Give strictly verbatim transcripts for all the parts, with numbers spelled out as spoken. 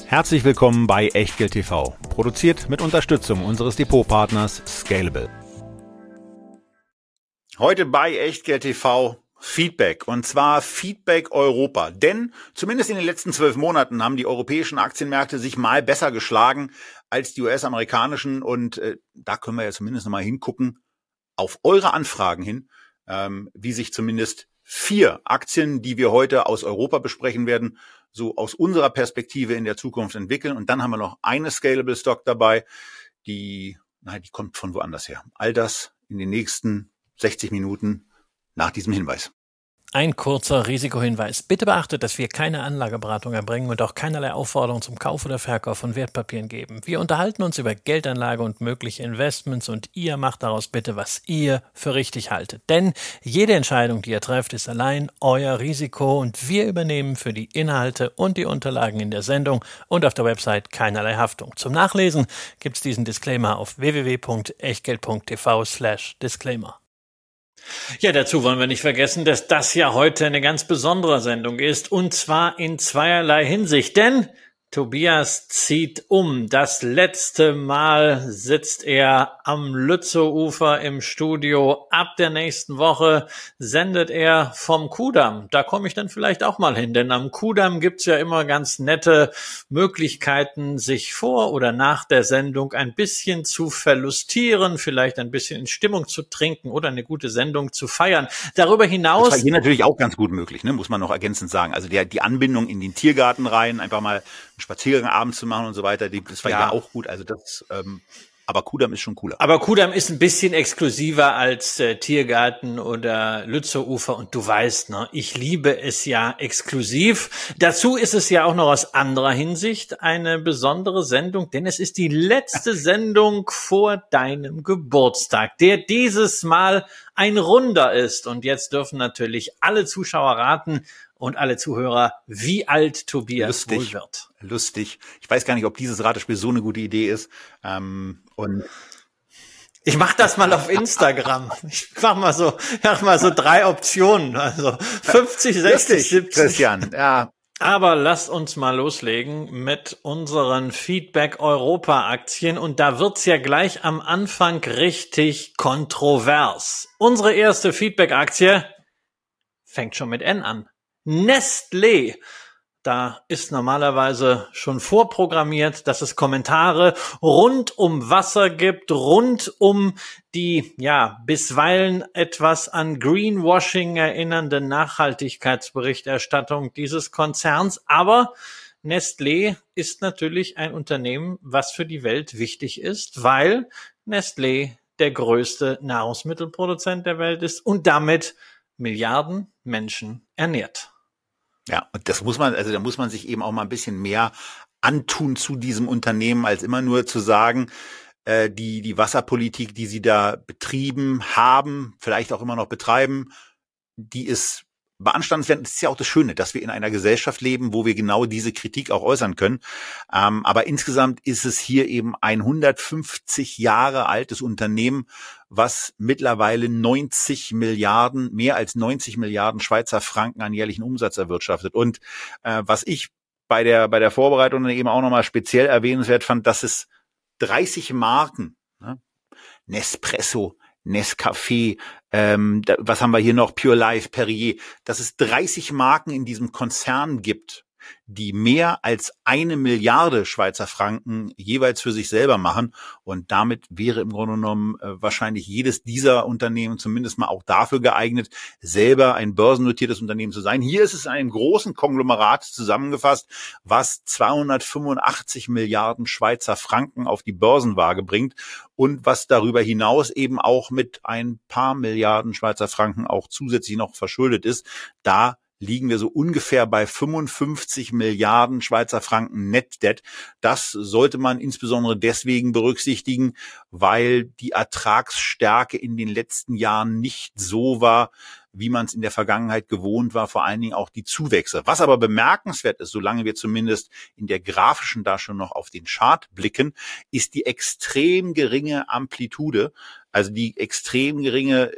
Herzlich willkommen bei Echtgeld T V, produziert mit Unterstützung unseres Depotpartners Scalable. Heute bei Echtgeld T V Feedback, und zwar Feedback Europa. Denn zumindest in den letzten zwölf Monaten haben die europäischen Aktienmärkte sich mal besser geschlagen als die U S-amerikanischen. Und äh, da können wir ja zumindest nochmal hingucken, auf eure Anfragen hin, ähm, wie sich zumindest vier Aktien, die wir heute aus Europa besprechen werden, so aus unserer Perspektive in der Zukunft entwickeln. Und dann haben wir noch eine Scalable Stock dabei, die, nein, die kommt von woanders her. All das in den nächsten sechzig Minuten nach diesem Hinweis. Ein kurzer Risikohinweis. Bitte beachtet, dass wir keine Anlageberatung erbringen und auch keinerlei Aufforderung zum Kauf oder Verkauf von Wertpapieren geben. Wir unterhalten uns über Geldanlage und mögliche Investments und ihr macht daraus bitte, was ihr für richtig haltet. Denn jede Entscheidung, die ihr trefft, ist allein euer Risiko und wir übernehmen für die Inhalte und die Unterlagen in der Sendung und auf der Website keinerlei Haftung. Zum Nachlesen gibt's diesen Disclaimer auf w w w punkt echtgeld punkt t v slash disclaimer. Ja, dazu wollen wir nicht vergessen, dass das ja heute eine ganz besondere Sendung ist, und zwar in zweierlei Hinsicht, denn Tobias zieht um. Das letzte Mal sitzt er am Lützowufer im Studio. Ab der nächsten Woche sendet er vom Kudamm. Da komme ich dann vielleicht auch mal hin, denn am Kudamm gibt's ja immer ganz nette Möglichkeiten, sich vor oder nach der Sendung ein bisschen zu verlustieren, vielleicht ein bisschen in Stimmung zu trinken oder eine gute Sendung zu feiern. Darüber hinaus... Das war hier natürlich auch ganz gut möglich, ne? Muss man noch ergänzend sagen. Also der, die Anbindung in den Tiergarten rein, einfach mal einen Spaziergang abends zu machen und so weiter, das war ja, ja auch gut. Also das, ähm, aber Kudamm ist schon cooler. Aber Kudamm ist ein bisschen exklusiver als äh, Tiergarten oder Lützowufer, und du weißt, ne, ich liebe es ja exklusiv. Dazu ist es ja auch noch aus anderer Hinsicht eine besondere Sendung, denn es ist die letzte Sendung vor deinem Geburtstag, der dieses Mal ein Runder ist. Und jetzt dürfen natürlich alle Zuschauer raten, und alle Zuhörer, wie alt Tobias lustig, wohl wird. Lustig. Ich weiß gar nicht, ob dieses Ratespiel so eine gute Idee ist. Ähm, und ich mach das mal auf Instagram. Ich mach mal so, mach mal so drei Optionen. Also fünfzig, sechzig, siebzig. Christian, ja. Aber lasst uns mal loslegen mit unseren Feedback Europa Aktien, und da wird's ja gleich am Anfang richtig kontrovers. Unsere erste Feedback Aktie fängt schon mit N an. Nestlé. Da ist normalerweise schon vorprogrammiert, dass es Kommentare rund um Wasser gibt, rund um die, ja, bisweilen etwas an Greenwashing erinnernde Nachhaltigkeitsberichterstattung dieses Konzerns. Aber Nestlé ist natürlich ein Unternehmen, was für die Welt wichtig ist, weil Nestlé der größte Nahrungsmittelproduzent der Welt ist und damit Milliarden Menschen ernährt. Ja, und das muss man, also da muss man sich eben auch mal ein bisschen mehr antun zu diesem Unternehmen, als immer nur zu sagen, äh, die die Wasserpolitik, die sie da betrieben haben, vielleicht auch immer noch betreiben, die ist beanstandenswert. Das ist ja auch das Schöne, dass wir in einer Gesellschaft leben, wo wir genau diese Kritik auch äußern können. Ähm, aber insgesamt ist es hier eben ein hundertfünfzig Jahre altes Unternehmen, was mittlerweile neunzig Milliarden, mehr als neunzig Milliarden Schweizer Franken an jährlichen Umsatz erwirtschaftet. Und äh, was ich bei der bei der Vorbereitung eben auch nochmal speziell erwähnenswert fand, dass es dreißig Marken, ne? Nespresso, Nescafé, ähm, da, was haben wir hier noch? Pure Life, Perrier, dass es dreißig Marken in diesem Konzern gibt, die mehr als eine Milliarde Schweizer Franken jeweils für sich selber machen. Und damit wäre im Grunde genommen äh, wahrscheinlich jedes dieser Unternehmen zumindest mal auch dafür geeignet, selber ein börsennotiertes Unternehmen zu sein. Hier ist es in einem großen Konglomerat zusammengefasst, was zweihundertfünfundachtzig Milliarden Schweizer Franken auf die Börsenwaage bringt und was darüber hinaus eben auch mit ein paar Milliarden Schweizer Franken auch zusätzlich noch verschuldet ist. Da liegen wir so ungefähr bei fünfundfünfzig Milliarden Schweizer Franken Net Debt. Das sollte man insbesondere deswegen berücksichtigen, weil die Ertragsstärke in den letzten Jahren nicht so war, wie man es in der Vergangenheit gewohnt war, vor allen Dingen auch die Zuwächse. Was aber bemerkenswert ist, solange wir zumindest in der grafischen Darstellung noch auf den Chart blicken, ist die extrem geringe Amplitude, also die extrem geringe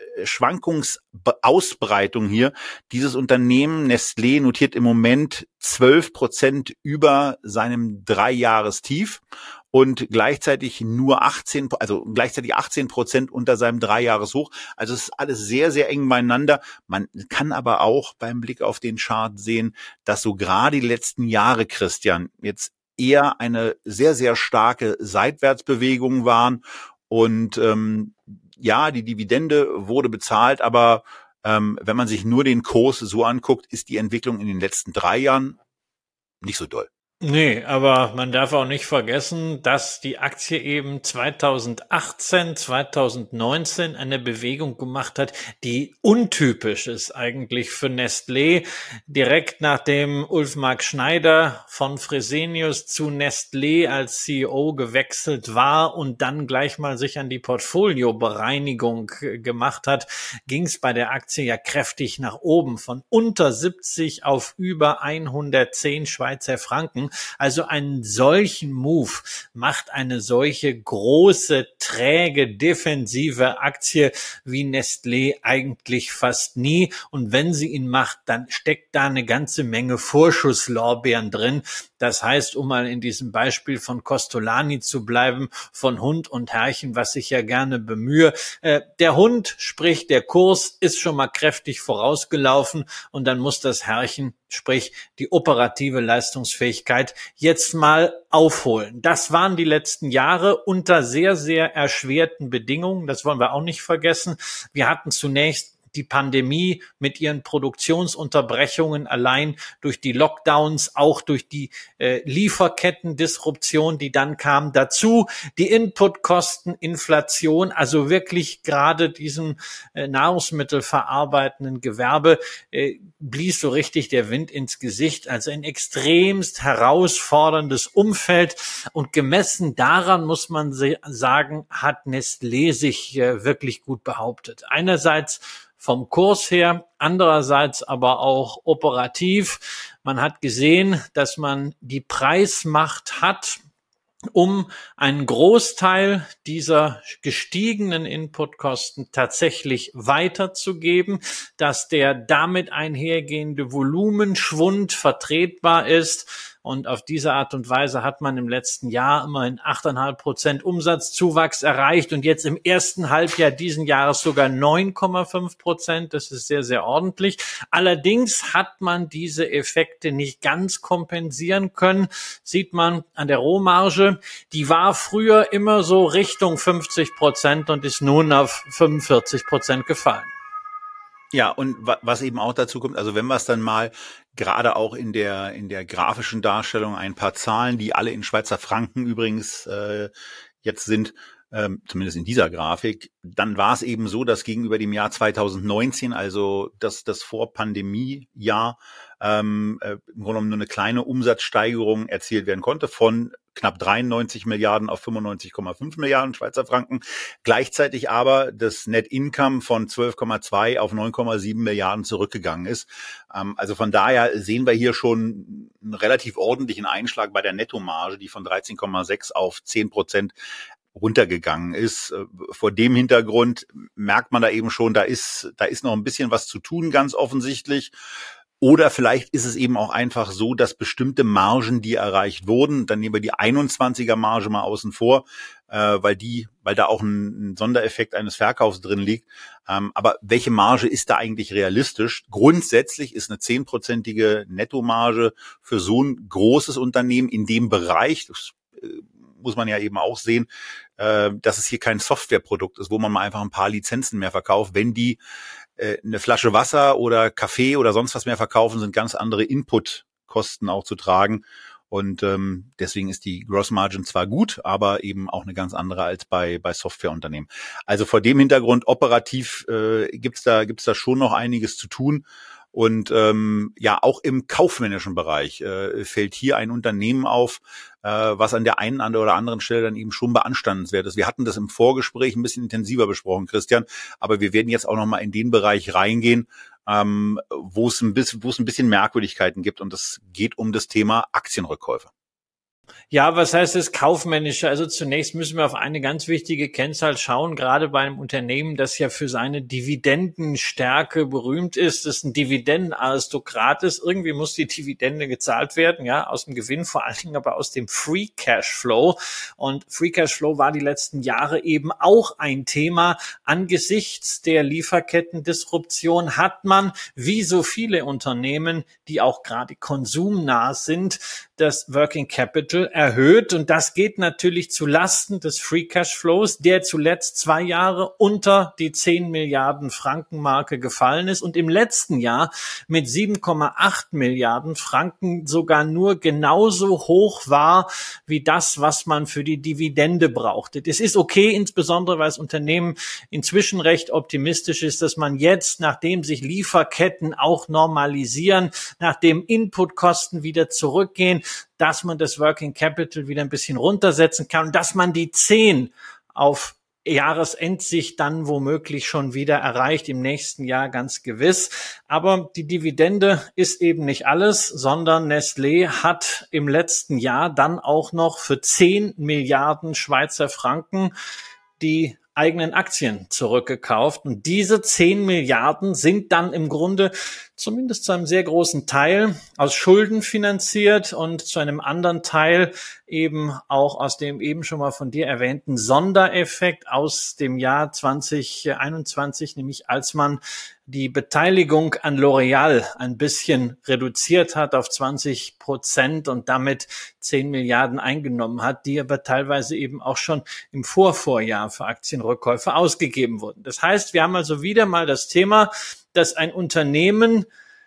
Schwankungsausbreitung hier. Dieses Unternehmen Nestlé notiert im Moment zwölf Prozent über seinem Dreijahrestief und gleichzeitig nur achtzehn, also gleichzeitig achtzehn Prozent unter seinem Dreijahreshoch. Also es ist alles sehr, sehr eng beieinander. Man kann aber auch beim Blick auf den Chart sehen, dass so gerade die letzten Jahre, Christian, jetzt eher eine sehr, sehr starke Seitwärtsbewegung waren. Und ähm, ja, die Dividende wurde bezahlt, aber ähm, wenn man sich nur den Kurs so anguckt, ist die Entwicklung in den letzten drei Jahren nicht so doll. Nee, aber man darf auch nicht vergessen, dass die Aktie eben zweitausendachtzehn, zweitausendneunzehn eine Bewegung gemacht hat, die untypisch ist eigentlich für Nestlé. Direkt nachdem Ulf-Mark Schneider von Fresenius zu Nestlé als C E O gewechselt war und dann gleich mal sich an die Portfoliobereinigung gemacht hat, ging es bei der Aktie ja kräftig nach oben, von unter siebzig auf über hundertzehn Schweizer Franken. Also einen solchen Move macht eine solche große, träge, defensive Aktie wie Nestlé eigentlich fast nie. Und wenn sie ihn macht, dann steckt da eine ganze Menge Vorschusslorbeeren drin. Das heißt, um mal in diesem Beispiel von Costolani zu bleiben, von Hund und Herrchen, was ich ja gerne bemühe. Äh, der Hund, sprich der Kurs, ist schon mal kräftig vorausgelaufen und dann muss das Herrchen, sprich die operative Leistungsfähigkeit, jetzt mal aufholen. Das waren die letzten Jahre unter sehr, sehr erschwerten Bedingungen. Das wollen wir auch nicht vergessen. Wir hatten zunächst die Pandemie mit ihren Produktionsunterbrechungen allein durch die Lockdowns, auch durch die äh, Lieferkettendisruption, die dann kam, dazu die Inputkosteninflation, also wirklich gerade diesem äh, nahrungsmittelverarbeitenden Gewerbe äh, blies so richtig der Wind ins Gesicht, also ein extremst herausforderndes Umfeld und gemessen daran muss man sagen, hat Nestlé sich äh, wirklich gut behauptet. Einerseits vom Kurs her, andererseits aber auch operativ. Man hat gesehen, dass man die Preismacht hat, um einen Großteil dieser gestiegenen Inputkosten tatsächlich weiterzugeben, dass der damit einhergehende Volumenschwund vertretbar ist. Und auf diese Art und Weise hat man im letzten Jahr immerhin acht Komma fünf Prozent Umsatzzuwachs erreicht und jetzt im ersten Halbjahr diesen Jahres sogar neun Komma fünf Prozent. Das ist sehr, sehr ordentlich. Allerdings hat man diese Effekte nicht ganz kompensieren können. Sieht man an der Rohmarge. Die war früher immer so Richtung fünfzig Prozent und ist nun auf fünfundvierzig Prozent gefallen. Ja, und was eben auch dazu kommt, also wenn wir es dann mal gerade auch in der in der grafischen Darstellung ein paar Zahlen, die alle in Schweizer Franken übrigens äh, jetzt sind, ähm, zumindest in dieser Grafik, dann war es eben so, dass gegenüber dem Jahr zweitausendneunzehn, also das das Vor-Pandemie-Jahr, ähm, äh, im Grunde genommen nur eine kleine Umsatzsteigerung erzielt werden konnte von knapp dreiundneunzig Milliarden auf fünfundneunzig Komma fünf Milliarden Schweizer Franken. Gleichzeitig aber das Net Income von zwölf Komma zwei auf neun Komma sieben Milliarden zurückgegangen ist. Ähm, also von daher sehen wir hier schon einen relativ ordentlichen Einschlag bei der Nettomarge, die von dreizehn Komma sechs auf zehn Prozent runtergegangen ist. Vor dem Hintergrund merkt man da eben schon, da ist, da ist noch ein bisschen was zu tun, ganz offensichtlich. Oder vielleicht ist es eben auch einfach so, dass bestimmte Margen, die erreicht wurden, dann nehmen wir die einundzwanziger Marge mal außen vor, äh, weil die, weil da auch ein, ein Sondereffekt eines Verkaufs drin liegt. Ähm, aber welche Marge ist da eigentlich realistisch? Grundsätzlich ist eine zehnprozentige Nettomarge für so ein großes Unternehmen in dem Bereich, das äh, muss man ja eben auch sehen, äh, dass es hier kein Softwareprodukt ist, wo man mal einfach ein paar Lizenzen mehr verkauft. Wenn die eine Flasche Wasser oder Kaffee oder sonst was mehr verkaufen, sind ganz andere Inputkosten auch zu tragen. Und ähm, deswegen ist die Gross Margin zwar gut, aber eben auch eine ganz andere als bei bei Softwareunternehmen. Also vor dem Hintergrund operativ äh, gibt's da gibt's da schon noch einiges zu tun. Und ähm, ja, auch im kaufmännischen Bereich äh, fällt hier ein Unternehmen auf, äh, was an der einen oder anderen Stelle dann eben schon beanstandenswert ist. Wir hatten das im Vorgespräch ein bisschen intensiver besprochen, Christian, aber wir werden jetzt auch nochmal in den Bereich reingehen, ähm, wo es ein bisschen, wo es ein bisschen Merkwürdigkeiten gibt, und es geht um das Thema Aktienrückkäufe. Ja, was heißt das Kaufmännische? Also zunächst müssen wir auf eine ganz wichtige Kennzahl schauen, gerade bei einem Unternehmen, das ja für seine Dividendenstärke berühmt ist, das ein Dividendenaristokrat ist. Irgendwie muss die Dividende gezahlt werden, ja, aus dem Gewinn, vor allen Dingen aber aus dem Free Cashflow. Und Free Cashflow war die letzten Jahre eben auch ein Thema. Angesichts der Lieferkettendisruption hat man, wie so viele Unternehmen, die auch gerade konsumnah sind, das Working Capital erhöht, und das geht natürlich zu Lasten des Free Cashflows, der zuletzt zwei Jahre unter die zehn Milliarden Franken Marke gefallen ist und im letzten Jahr mit sieben Komma acht Milliarden Franken sogar nur genauso hoch war wie das, was man für die Dividende brauchte. Das ist okay, insbesondere weil das Unternehmen inzwischen recht optimistisch ist, dass man jetzt, nachdem sich Lieferketten auch normalisieren, nachdem Inputkosten wieder zurückgehen, dass man das Working Capital wieder ein bisschen runtersetzen kann und dass man die zehn auf Jahresendzicht dann womöglich schon wieder erreicht, im nächsten Jahr ganz gewiss. Aber die Dividende ist eben nicht alles, sondern Nestlé hat im letzten Jahr dann auch noch für zehn Milliarden Schweizer Franken die eigenen Aktien zurückgekauft. Und diese zehn Milliarden sind dann im Grunde zumindest zu einem sehr großen Teil aus Schulden finanziert und zu einem anderen Teil eben auch aus dem eben schon mal von dir erwähnten Sondereffekt aus dem Jahr zwanzig einundzwanzig, nämlich als man die Beteiligung an L'Oréal ein bisschen reduziert hat auf zwanzig Prozent und damit zehn Milliarden eingenommen hat, die aber teilweise eben auch schon im Vorvorjahr für Aktienrückkäufe ausgegeben wurden. Das heißt, wir haben also wieder mal das Thema, dass ein Unternehmen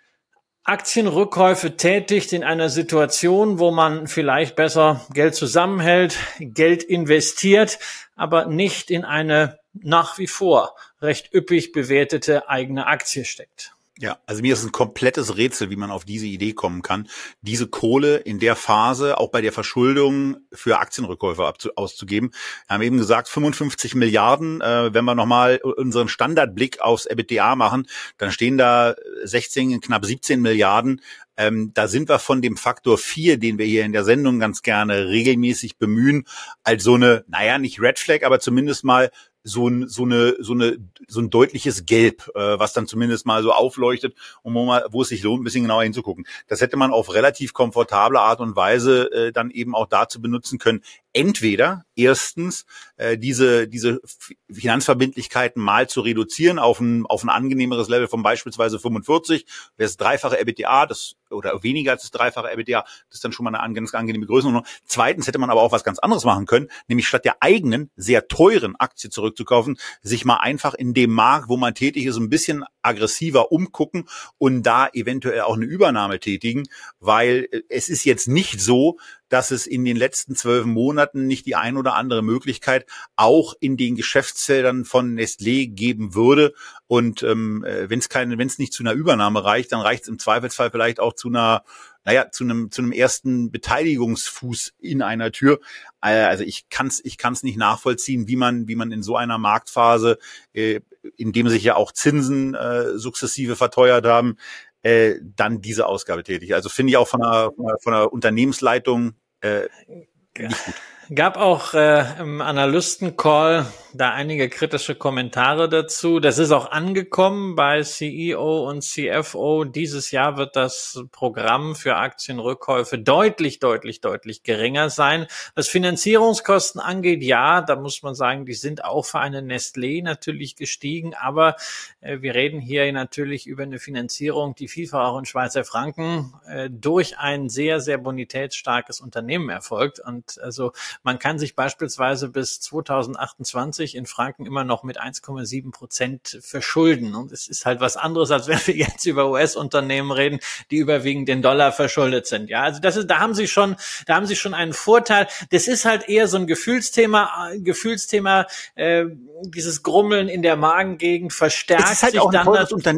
Aktienrückkäufe tätigt in einer Situation, wo man vielleicht besser Geld zusammenhält, Geld investiert, aber nicht in eine nach wie vor recht üppig bewertete eigene Aktie steckt. Ja, also mir ist ein komplettes Rätsel, wie man auf diese Idee kommen kann, diese Kohle in der Phase, auch bei der Verschuldung, für Aktienrückkäufe abzu- auszugeben. Wir haben eben gesagt, fünfundfünfzig Milliarden, äh, wenn wir nochmal unseren Standardblick aufs EBITDA machen, dann stehen da sechzehn, knapp siebzehn Milliarden. Ähm, da sind wir von dem Faktor vier, den wir hier in der Sendung ganz gerne regelmäßig bemühen, als so eine, naja, nicht Red Flag, aber zumindest mal so ein, so eine, so eine, so ein deutliches Gelb, äh, was dann zumindest mal so aufleuchtet und wo man, wo es sich lohnt, ein bisschen genauer hinzugucken. Das hätte man auf relativ komfortable Art und Weise äh, dann eben auch dazu benutzen können. Entweder erstens äh, diese diese Finanzverbindlichkeiten mal zu reduzieren auf ein auf ein angenehmeres Level von beispielsweise fünfundvierzig, wäre es dreifache EBITDA, das oder weniger als das dreifache EBITDA, das ist dann schon mal eine ganz angenehme Größenordnung. Zweitens hätte man aber auch was ganz anderes machen können, nämlich statt der eigenen sehr teuren Aktie zurückzukaufen, sich mal einfach in dem Markt, wo man tätig ist, ein bisschen aggressiver umgucken und da eventuell auch eine Übernahme tätigen, weil es ist jetzt nicht so, dass es in den letzten zwölf Monaten nicht die ein oder andere Möglichkeit auch in den Geschäftsfeldern von Nestlé geben würde. Und ähm, wenn es keine, wenn es nicht zu einer Übernahme reicht, dann reicht es im Zweifelsfall vielleicht auch zu einer, naja, zu einem zu einem ersten Beteiligungsfuß in einer Tür. Also ich kann's, ich kann's nicht nachvollziehen, wie man, wie man in so einer Marktphase, äh, in dem sich ja auch Zinsen äh, sukzessive verteuert haben, äh, dann diese Ausgabe tätig. Also finde ich auch von einer, von einer Unternehmensleitung äh, nicht gut. Gab auch äh, im Analysten-Call da einige kritische Kommentare dazu. Das ist auch angekommen bei C E O und C F O. Dieses Jahr wird das Programm für Aktienrückkäufe deutlich, deutlich, deutlich geringer sein. Was Finanzierungskosten angeht, ja, da muss man sagen, die sind auch für eine Nestlé natürlich gestiegen. Aber äh, wir reden hier natürlich über eine Finanzierung, die vielfach auch in Schweizer Franken äh, durch ein sehr, sehr bonitätsstarkes Unternehmen erfolgt. Und also man kann sich beispielsweise bis zweitausendachtundzwanzig in Franken immer noch mit eins Komma sieben Prozent verschulden. Und es ist halt was anderes, als wenn wir jetzt über U S-Unternehmen reden, die überwiegend in Dollar verschuldet sind. Ja, also das ist, da haben sie schon, da haben sie schon einen Vorteil. Das ist halt eher so ein Gefühlsthema, Gefühlsthema, äh, dieses Grummeln in der Magengegend verstärkt es ist halt sich auch ein dann. teures Unternehmen.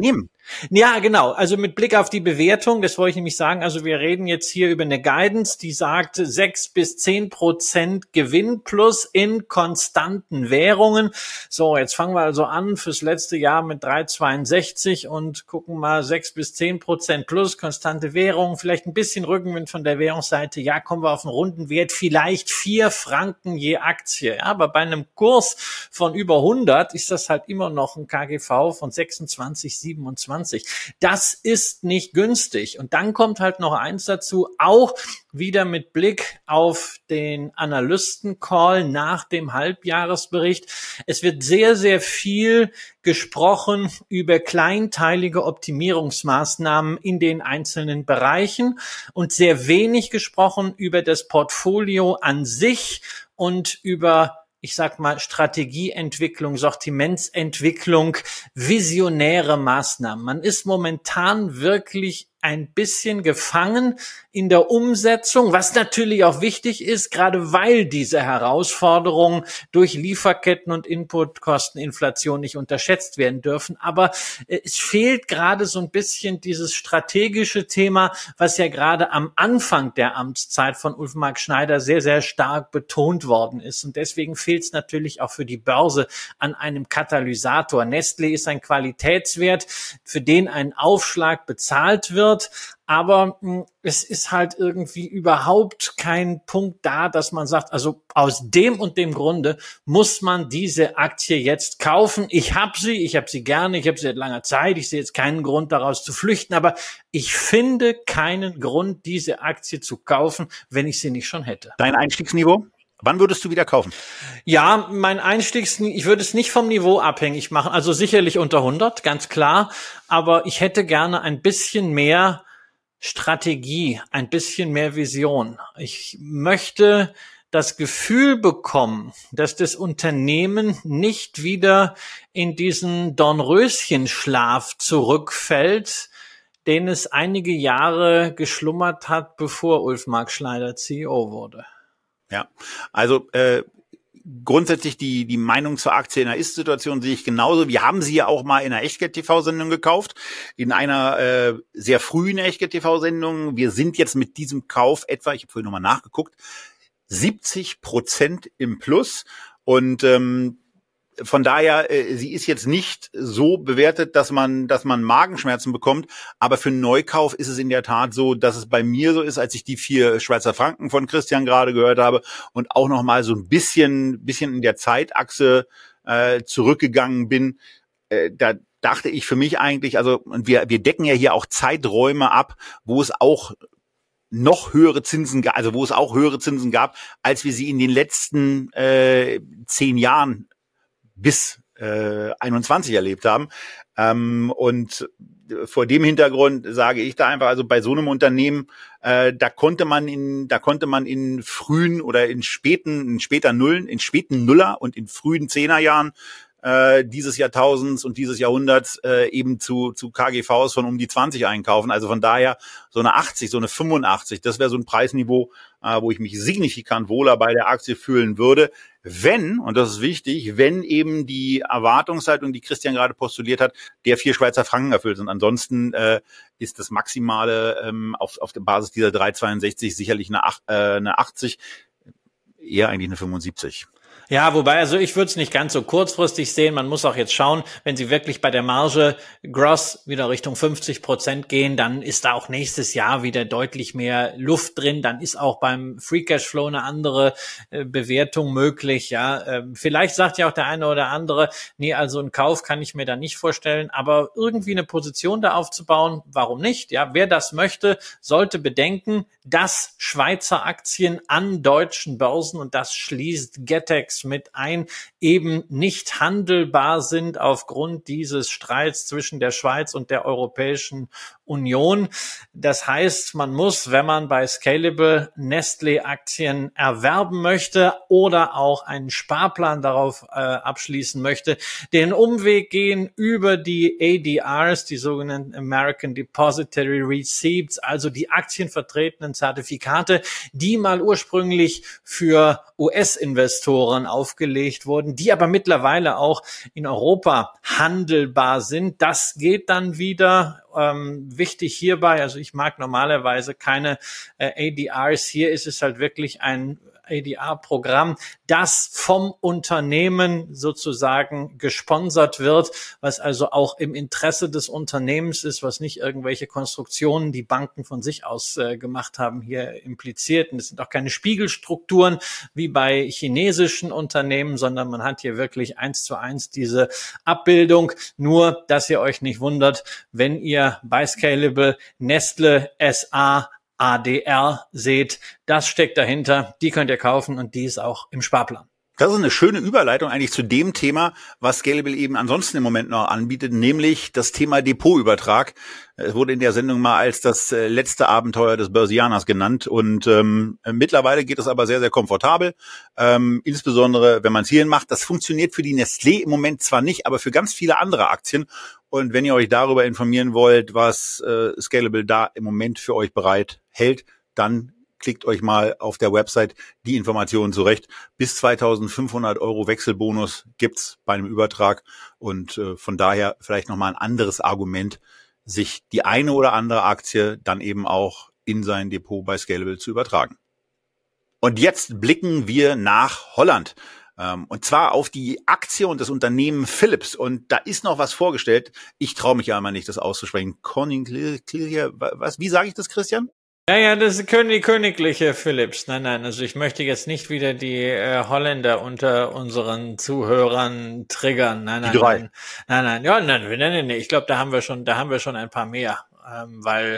Ja, genau. Also mit Blick auf die Bewertung, das wollte ich nämlich sagen, also wir reden jetzt hier über eine Guidance, die sagt sechs bis zehn Prozent Gewinn plus in konstanten Währungen. So, jetzt fangen wir also an fürs letzte Jahr mit drei Komma zweiundsechzig und gucken mal sechs bis zehn Prozent plus, konstante Währung, vielleicht ein bisschen Rückenwind von der Währungsseite. Ja, kommen wir auf einen runden Wert, vielleicht vier Franken je Aktie. Ja, aber bei einem Kurs von über hundert ist das halt immer noch ein K G V von sechsundzwanzig, siebenundzwanzig. Das ist nicht günstig. Und dann kommt halt noch eins dazu, auch wieder mit Blick auf den Analysten-Call nach dem Halbjahresbericht. Es wird sehr, sehr viel gesprochen über kleinteilige Optimierungsmaßnahmen in den einzelnen Bereichen und sehr wenig gesprochen über das Portfolio an sich und über, ich sag mal, Strategieentwicklung, Sortimentsentwicklung, visionäre Maßnahmen. Man ist momentan wirklich ein bisschen gefangen in der Umsetzung, was natürlich auch wichtig ist, gerade weil diese Herausforderungen durch Lieferketten und Inputkosteninflation nicht unterschätzt werden dürfen. Aber es fehlt gerade so ein bisschen dieses strategische Thema, was ja gerade am Anfang der Amtszeit von Ulf-Mark Schneider sehr, sehr stark betont worden ist. Und deswegen fehlt es natürlich auch für die Börse an einem Katalysator. Nestlé ist ein Qualitätswert, für den ein Aufschlag bezahlt wird. Aber mh, es ist halt irgendwie überhaupt kein Punkt da, dass man sagt, also aus dem und dem Grunde muss man diese Aktie jetzt kaufen. Ich habe sie, ich habe sie gerne, ich habe sie seit langer Zeit. Ich sehe jetzt keinen Grund, daraus zu flüchten. Aber ich finde keinen Grund, diese Aktie zu kaufen, wenn ich sie nicht schon hätte. Dein Einstiegsniveau? Wann würdest du wieder kaufen? Ja, mein Einstiegs, ich würde es nicht vom Niveau abhängig machen. Also sicherlich unter hundert, ganz klar. Aber ich hätte gerne ein bisschen mehr Strategie, ein bisschen mehr Vision. Ich möchte das Gefühl bekommen, dass das Unternehmen nicht wieder in diesen Dornröschenschlaf zurückfällt, den es einige Jahre geschlummert hat, bevor Ulf-Mark Schneider C E O wurde. Ja, also äh, grundsätzlich die die Meinung zur Aktie in der Ist-Situation sehe ich genauso. Wir haben sie ja auch mal in einer Echtgeld-T V-Sendung gekauft, in einer äh, sehr frühen Echtgeld-T V-Sendung. Wir sind jetzt mit diesem Kauf etwa, ich habe vorhin nochmal nachgeguckt, siebzig Prozent im Plus und ähm, von daher, äh, sie ist jetzt nicht so bewertet, dass man, dass man Magenschmerzen bekommt. Aber für einen Neukauf ist es in der Tat so, dass es bei mir so ist, als ich die vier Schweizer Franken von Christian gerade gehört habe und auch noch mal so ein bisschen, bisschen in der Zeitachse äh, zurückgegangen bin. Äh, da dachte ich für mich eigentlich, also und wir, wir decken ja hier auch Zeiträume ab, wo es auch noch höhere Zinsen gab, also wo es auch höhere Zinsen gab, als wir sie in den letzten äh, zehn Jahren bis äh, einundzwanzig erlebt haben. Ähm, und vor dem Hintergrund sage ich da einfach, also bei so einem Unternehmen, äh, da konnte man in, da konnte man in frühen oder in späten, in später Nullen, in späten Nuller und in frühen Zehnerjahren äh, dieses Jahrtausends und dieses Jahrhunderts äh, eben zu zu K G Vs von um die zwanzig einkaufen. Also von daher so eine achtzig, so eine fünfundachtzig, das wäre so ein Preisniveau, äh, wo ich mich signifikant wohler bei der Aktie fühlen würde. Wenn, und das ist wichtig, wenn eben die Erwartungshaltung, die Christian gerade postuliert hat, der vier Schweizer Franken erfüllt sind. Ansonsten äh, ist das Maximale ähm, auf, auf der Basis dieser drei Komma zweiundsechzig sicherlich eine, acht, äh, eine achtzig, eher eigentlich eine fünfundsiebzig. Ja, wobei, also ich würde es nicht ganz so kurzfristig sehen. Man muss auch jetzt schauen, wenn Sie wirklich bei der Marge Gross wieder Richtung fünfzig Prozent gehen, dann ist da auch nächstes Jahr wieder deutlich mehr Luft drin. Dann ist auch beim Free Cashflow eine andere äh, Bewertung möglich. Ja, ähm, vielleicht sagt ja auch der eine oder andere, nee, also einen Kauf kann ich mir da nicht vorstellen, aber irgendwie eine Position da aufzubauen, warum nicht? Ja, wer das möchte, sollte bedenken, dass Schweizer Aktien an deutschen Börsen, und das schließt Getex mit ein, eben nicht handelbar sind aufgrund dieses Streits zwischen der Schweiz und der Europäischen Union. Das heißt, man muss, wenn man bei Scalable Nestlé-Aktien erwerben möchte oder auch einen Sparplan darauf äh, abschließen möchte, den Umweg gehen über die A D Rs, die sogenannten American Depository Receipts, also die aktienvertretenen Zertifikate, die mal ursprünglich für U S-Investoren aufgelegt wurden, die aber mittlerweile auch in Europa handelbar sind. Das geht dann wieder. Ähm, wichtig hierbei, also ich mag normalerweise keine äh, A D Rs. Hier ist es halt wirklich ein A D R-Programm, das vom Unternehmen sozusagen gesponsert wird, was also auch im Interesse des Unternehmens ist, was nicht irgendwelche Konstruktionen, die Banken von sich aus äh, gemacht haben, hier impliziert. Und es sind auch keine Spiegelstrukturen wie bei chinesischen Unternehmen, sondern man hat hier wirklich eins zu eins diese Abbildung. Nur, dass ihr euch nicht wundert, wenn ihr bei Scalable Nestle S A A D R seht, das steckt dahinter, die könnt ihr kaufen und die ist auch im Sparplan. Das ist eine schöne Überleitung eigentlich zu dem Thema, was Scalable eben ansonsten im Moment noch anbietet, nämlich das Thema Depotübertrag. Es wurde in der Sendung mal als das letzte Abenteuer des Börsianers genannt und ähm, mittlerweile geht es aber sehr, sehr komfortabel, ähm, insbesondere wenn man es hierhin macht. Das funktioniert für die Nestlé im Moment zwar nicht, aber für ganz viele andere Aktien. Und wenn ihr euch darüber informieren wollt, was äh, Scalable da im Moment für euch bereit hält, dann klickt euch mal auf der Website die Informationen zurecht. Bis zweitausendfünfhundert Euro Wechselbonus gibt's bei einem Übertrag und äh, von daher vielleicht nochmal ein anderes Argument, sich die eine oder andere Aktie dann eben auch in sein Depot bei Scalable zu übertragen. Und jetzt blicken wir nach Holland. Ähm, und zwar auf die Aktie und das Unternehmen Philips. Und da ist noch was vorgestellt. Ich traue mich ja immer nicht, das auszusprechen. Corning, was? Wie sage ich das, Christian? Ja, ja, das ist die königliche Philips. Nein, nein, also ich möchte jetzt nicht wieder die äh, Holländer unter unseren Zuhörern triggern. Nein, nein, die drei. nein, nein, nein, ja, nein, nein, nein, nein. Ich glaube, da haben wir schon, da haben wir schon ein paar mehr, ähm, weil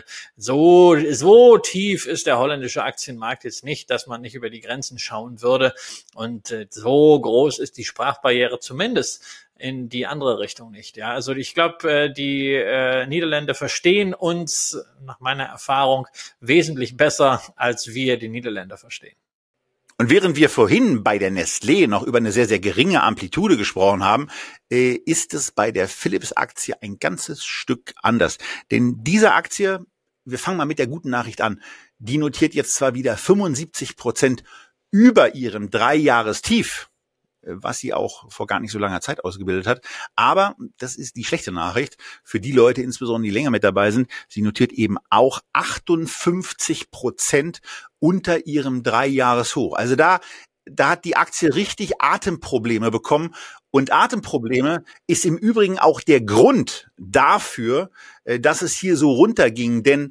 so so tief ist der holländische Aktienmarkt jetzt nicht, dass man nicht über die Grenzen schauen würde und äh, so groß ist die Sprachbarriere zumindest in die andere Richtung nicht. Ja, also ich glaube, die äh, Niederländer verstehen uns nach meiner Erfahrung wesentlich besser, als wir die Niederländer verstehen. Und während wir vorhin bei der Nestlé noch über eine sehr, sehr geringe Amplitude gesprochen haben, äh, ist es bei der Philips-Aktie ein ganzes Stück anders. Denn diese Aktie, wir fangen mal mit der guten Nachricht an, die notiert jetzt zwar wieder fünfundsiebzig Prozent über ihrem Dreijahrestief, was sie auch vor gar nicht so langer Zeit ausgebildet hat. Aber das ist die schlechte Nachricht für die Leute, insbesondere die länger mit dabei sind. Sie notiert eben auch achtundfünfzig Prozent unter ihrem Dreijahreshoch. Also da, da hat die Aktie richtig Atemprobleme bekommen. Und Atemprobleme ist im Übrigen auch der Grund dafür, dass es hier so runterging. Denn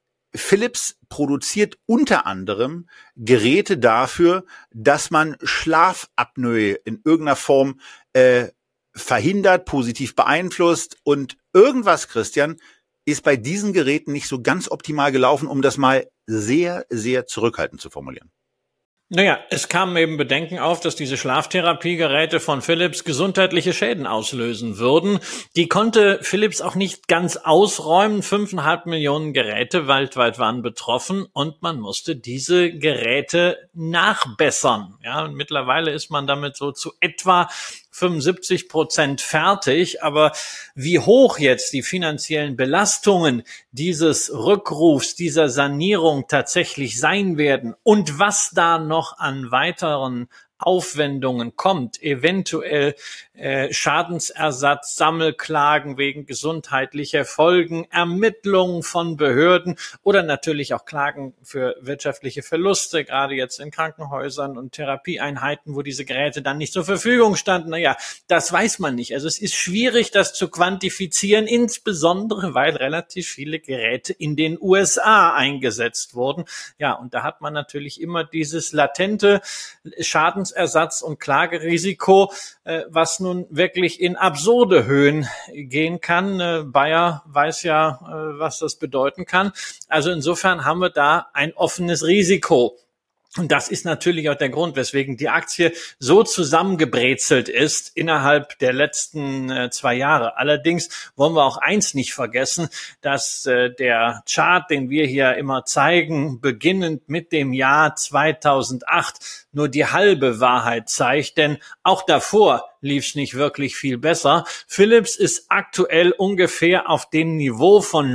Philips produziert unter anderem Geräte dafür, dass man Schlafapnoe in irgendeiner Form äh, verhindert, positiv beeinflusst. Und irgendwas, Christian, ist bei diesen Geräten nicht so ganz optimal gelaufen, um das mal sehr, sehr zurückhaltend zu formulieren. Naja, es kamen eben Bedenken auf, dass diese Schlaftherapiegeräte von Philips gesundheitliche Schäden auslösen würden. Die konnte Philips auch nicht ganz ausräumen. Fünfeinhalb Millionen Geräte weltweit waren betroffen und man musste diese Geräte nachbessern. Ja, und mittlerweile ist man damit so zu etwa fünfundsiebzig Prozent fertig, aber wie hoch jetzt die finanziellen Belastungen dieses Rückrufs, dieser Sanierung tatsächlich sein werden und was da noch an weiteren Aufwendungen kommt, eventuell äh, Schadensersatz, Sammelklagen wegen gesundheitlicher Folgen, Ermittlungen von Behörden oder natürlich auch Klagen für wirtschaftliche Verluste, gerade jetzt in Krankenhäusern und Therapieeinheiten, wo diese Geräte dann nicht zur Verfügung standen. Naja, das weiß man nicht. Also es ist schwierig, das zu quantifizieren, insbesondere weil relativ viele Geräte in den U S A eingesetzt wurden. Ja, und da hat man natürlich immer dieses latente Schadensersatz- und Klagerisiko, äh, was nun wirklich in absurde Höhen gehen kann. Äh, Bayer weiß ja, äh, was das bedeuten kann. Also insofern haben wir da ein offenes Risiko. Und das ist natürlich auch der Grund, weswegen die Aktie so zusammengebrezelt ist innerhalb der letzten äh, zwei Jahre. Allerdings wollen wir auch eins nicht vergessen, dass äh, der Chart, den wir hier immer zeigen, beginnend mit dem Jahr zweitausendacht, nur die halbe Wahrheit zeigt, denn auch davor lief es nicht wirklich viel besser. Philips ist aktuell ungefähr auf dem Niveau von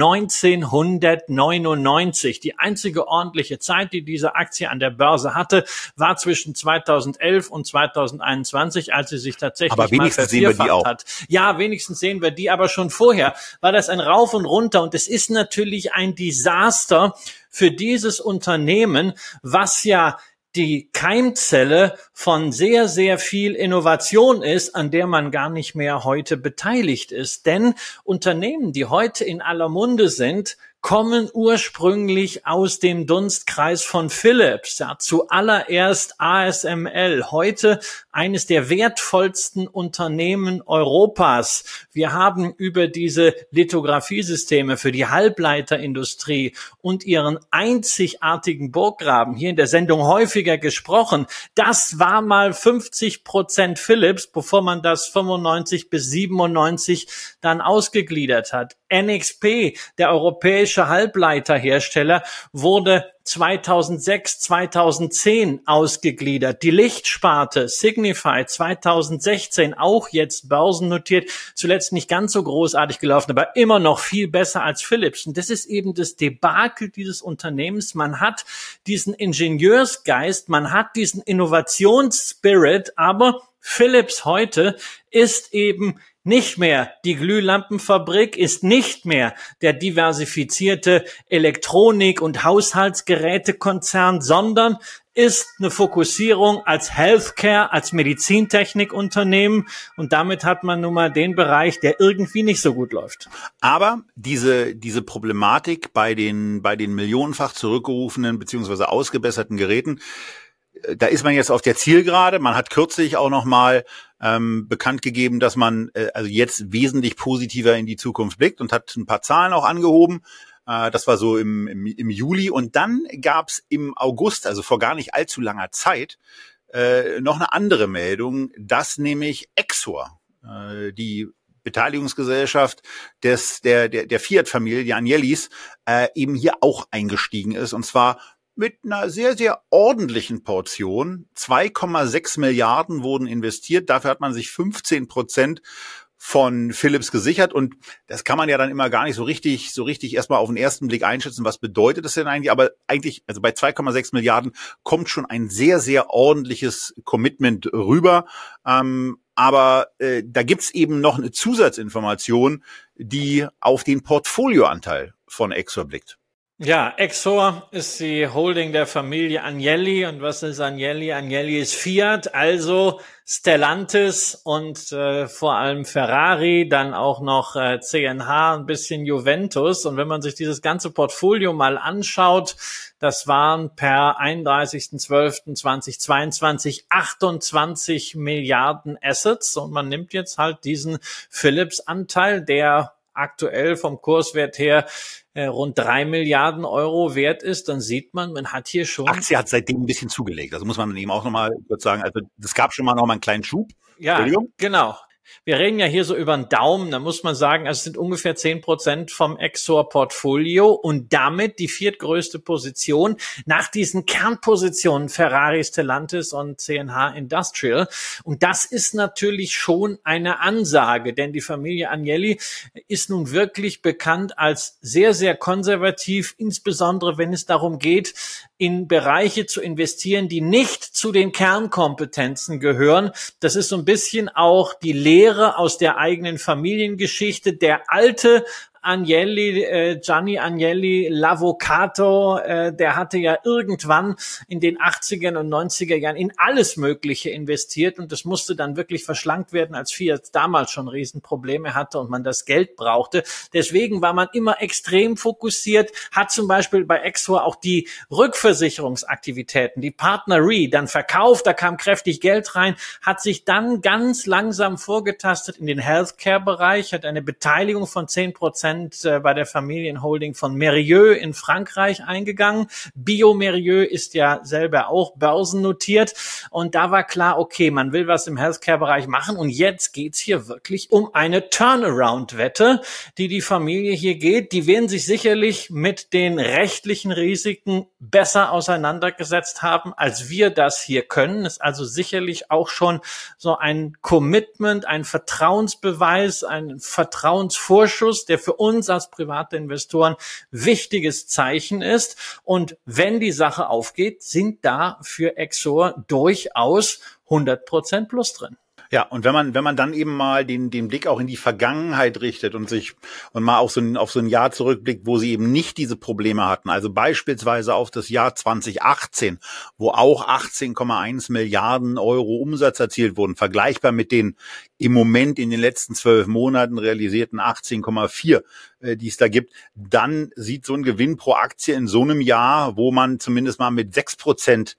neunzehnhundertneunundneunzig. Die einzige ordentliche Zeit, die diese Aktie an der Börse hatte, war zwischen zweitausendelf und zweitausendeinundzwanzig, als sie sich tatsächlich aber mal vervierfacht hat. Ja, wenigstens sehen wir die, aber schon vorher war das ein Rauf und Runter und es ist natürlich ein Desaster für dieses Unternehmen, was ja die Keimzelle von sehr, sehr viel Innovation ist, an der man gar nicht mehr heute beteiligt ist. Denn Unternehmen, die heute in aller Munde sind, kommen ursprünglich aus dem Dunstkreis von Philips. Ja, zuallererst A S M L, heute eines der wertvollsten Unternehmen Europas. Wir haben über diese Lithografiesysteme für die Halbleiterindustrie und ihren einzigartigen Burggraben hier in der Sendung häufiger gesprochen. Das war mal fünfzig Prozent Philips, bevor man das fünfundneunzig bis siebenundneunzig dann ausgegliedert hat. N X P, der europäische Halbleiterhersteller, wurde zweitausendsechs, zweitausendzehn ausgegliedert. Die Lichtsparte Signify zweitausendsechzehn, auch jetzt börsennotiert, zuletzt nicht ganz so großartig gelaufen, aber immer noch viel besser als Philips. Und das ist eben das Debakel dieses Unternehmens. Man hat diesen Ingenieursgeist, man hat diesen Innovationsspirit, aber Philips heute ist eben nicht mehr die Glühlampenfabrik, ist nicht mehr der diversifizierte Elektronik- und Haushaltsgerätekonzern, sondern ist eine Fokussierung als Healthcare, als Medizintechnikunternehmen. Und damit hat man nun mal den Bereich, der irgendwie nicht so gut läuft. Aber diese, diese Problematik bei den, bei den millionenfach zurückgerufenen bzw. ausgebesserten Geräten, da ist man jetzt auf der Zielgerade. Man hat kürzlich auch noch mal ähm, bekannt gegeben, dass man äh, also jetzt wesentlich positiver in die Zukunft blickt und hat ein paar Zahlen auch angehoben. Äh, das war so im, im, im Juli. Und dann gab's im August, also vor gar nicht allzu langer Zeit, äh, noch eine andere Meldung, dass nämlich Exor, äh, die Beteiligungsgesellschaft des der der, der Fiat-Familie Agnellis, äh, eben hier auch eingestiegen ist. Und zwar mit einer sehr, sehr ordentlichen Portion. zwei Komma sechs Milliarden wurden investiert. Dafür hat man sich fünfzehn Prozent von Philips gesichert. Und das kann man ja dann immer gar nicht so richtig, so richtig erstmal auf den ersten Blick einschätzen. Was bedeutet das denn eigentlich? Aber eigentlich, also bei zwei Komma sechs Milliarden kommt schon ein sehr, sehr ordentliches Commitment rüber. Ähm, aber äh, da gibt's eben noch eine Zusatzinformation, die auf den Portfolioanteil von Exor blickt. Ja, Exor ist die Holding der Familie Agnelli. Und was ist Agnelli? Agnelli ist Fiat, also Stellantis und äh, vor allem Ferrari, dann auch noch äh, C N H, ein bisschen Juventus. Und wenn man sich dieses ganze Portfolio mal anschaut, das waren per einunddreißigster zwölfter zweitausendzweiundzwanzig achtundzwanzig Milliarden Assets. Und man nimmt jetzt halt diesen Philips-Anteil, der aktuell vom Kurswert her äh, rund drei Milliarden Euro wert ist, dann sieht man, man hat hier schon... Aktie hat seitdem ein bisschen zugelegt. Also muss man eben auch nochmal kurz sagen, also das gab schon mal noch mal einen kleinen Schub. Ja, genau. Wir reden ja hier so über einen Daumen, da muss man sagen, also es sind ungefähr zehn Prozent vom Exor-Portfolio und damit die viertgrößte Position nach diesen Kernpositionen Ferrari, Stellantis und C N H Industrial. Und das ist natürlich schon eine Ansage, denn die Familie Agnelli ist nun wirklich bekannt als sehr, sehr konservativ, insbesondere wenn es darum geht, in Bereiche zu investieren, die nicht zu den Kernkompetenzen gehören. Das ist so ein bisschen auch die Lehre aus der eigenen Familiengeschichte. Der alte Agnelli, äh, Gianni Agnelli, L'Avvocato, äh, der hatte ja irgendwann in den achtzigern und neunziger Jahren in alles Mögliche investiert und das musste dann wirklich verschlankt werden, als Fiat damals schon Riesenprobleme hatte und man das Geld brauchte. Deswegen war man immer extrem fokussiert, hat zum Beispiel bei Exor auch die Rückversicherungsaktivitäten, die Partner Re, dann verkauft, da kam kräftig Geld rein, hat sich dann ganz langsam vorgetastet in den Healthcare-Bereich, hat eine Beteiligung von zehn Prozent Prozent bei der Familienholding von Mérieux in Frankreich eingegangen. Bio-Mérieux ist ja selber auch börsennotiert. Und da war klar, okay, man will was im Healthcare-Bereich machen. Und jetzt geht's hier wirklich um eine Turnaround-Wette, die die Familie hier geht. Die werden sich sicherlich mit den rechtlichen Risiken besser auseinandergesetzt haben, als wir das hier können. Ist also sicherlich auch schon so ein Commitment, ein Vertrauensbeweis, ein Vertrauensvorschuss, der für uns als private Investoren wichtiges Zeichen ist. Und wenn die Sache aufgeht, sind da für Exor durchaus hundert Prozent plus drin. Ja, und wenn man, wenn man dann eben mal den, den Blick auch in die Vergangenheit richtet und sich, und mal auf so ein, auf so ein Jahr zurückblickt, wo sie eben nicht diese Probleme hatten, also beispielsweise auf das Jahr zwanzig achtzehn, wo auch achtzehn Komma eins Milliarden Euro Umsatz erzielt wurden, vergleichbar mit den im Moment in den letzten zwölf Monaten realisierten achtzehn Komma vier, äh, die es da gibt, dann sieht so ein Gewinn pro Aktie in so einem Jahr, wo man zumindest mal mit sechs Prozent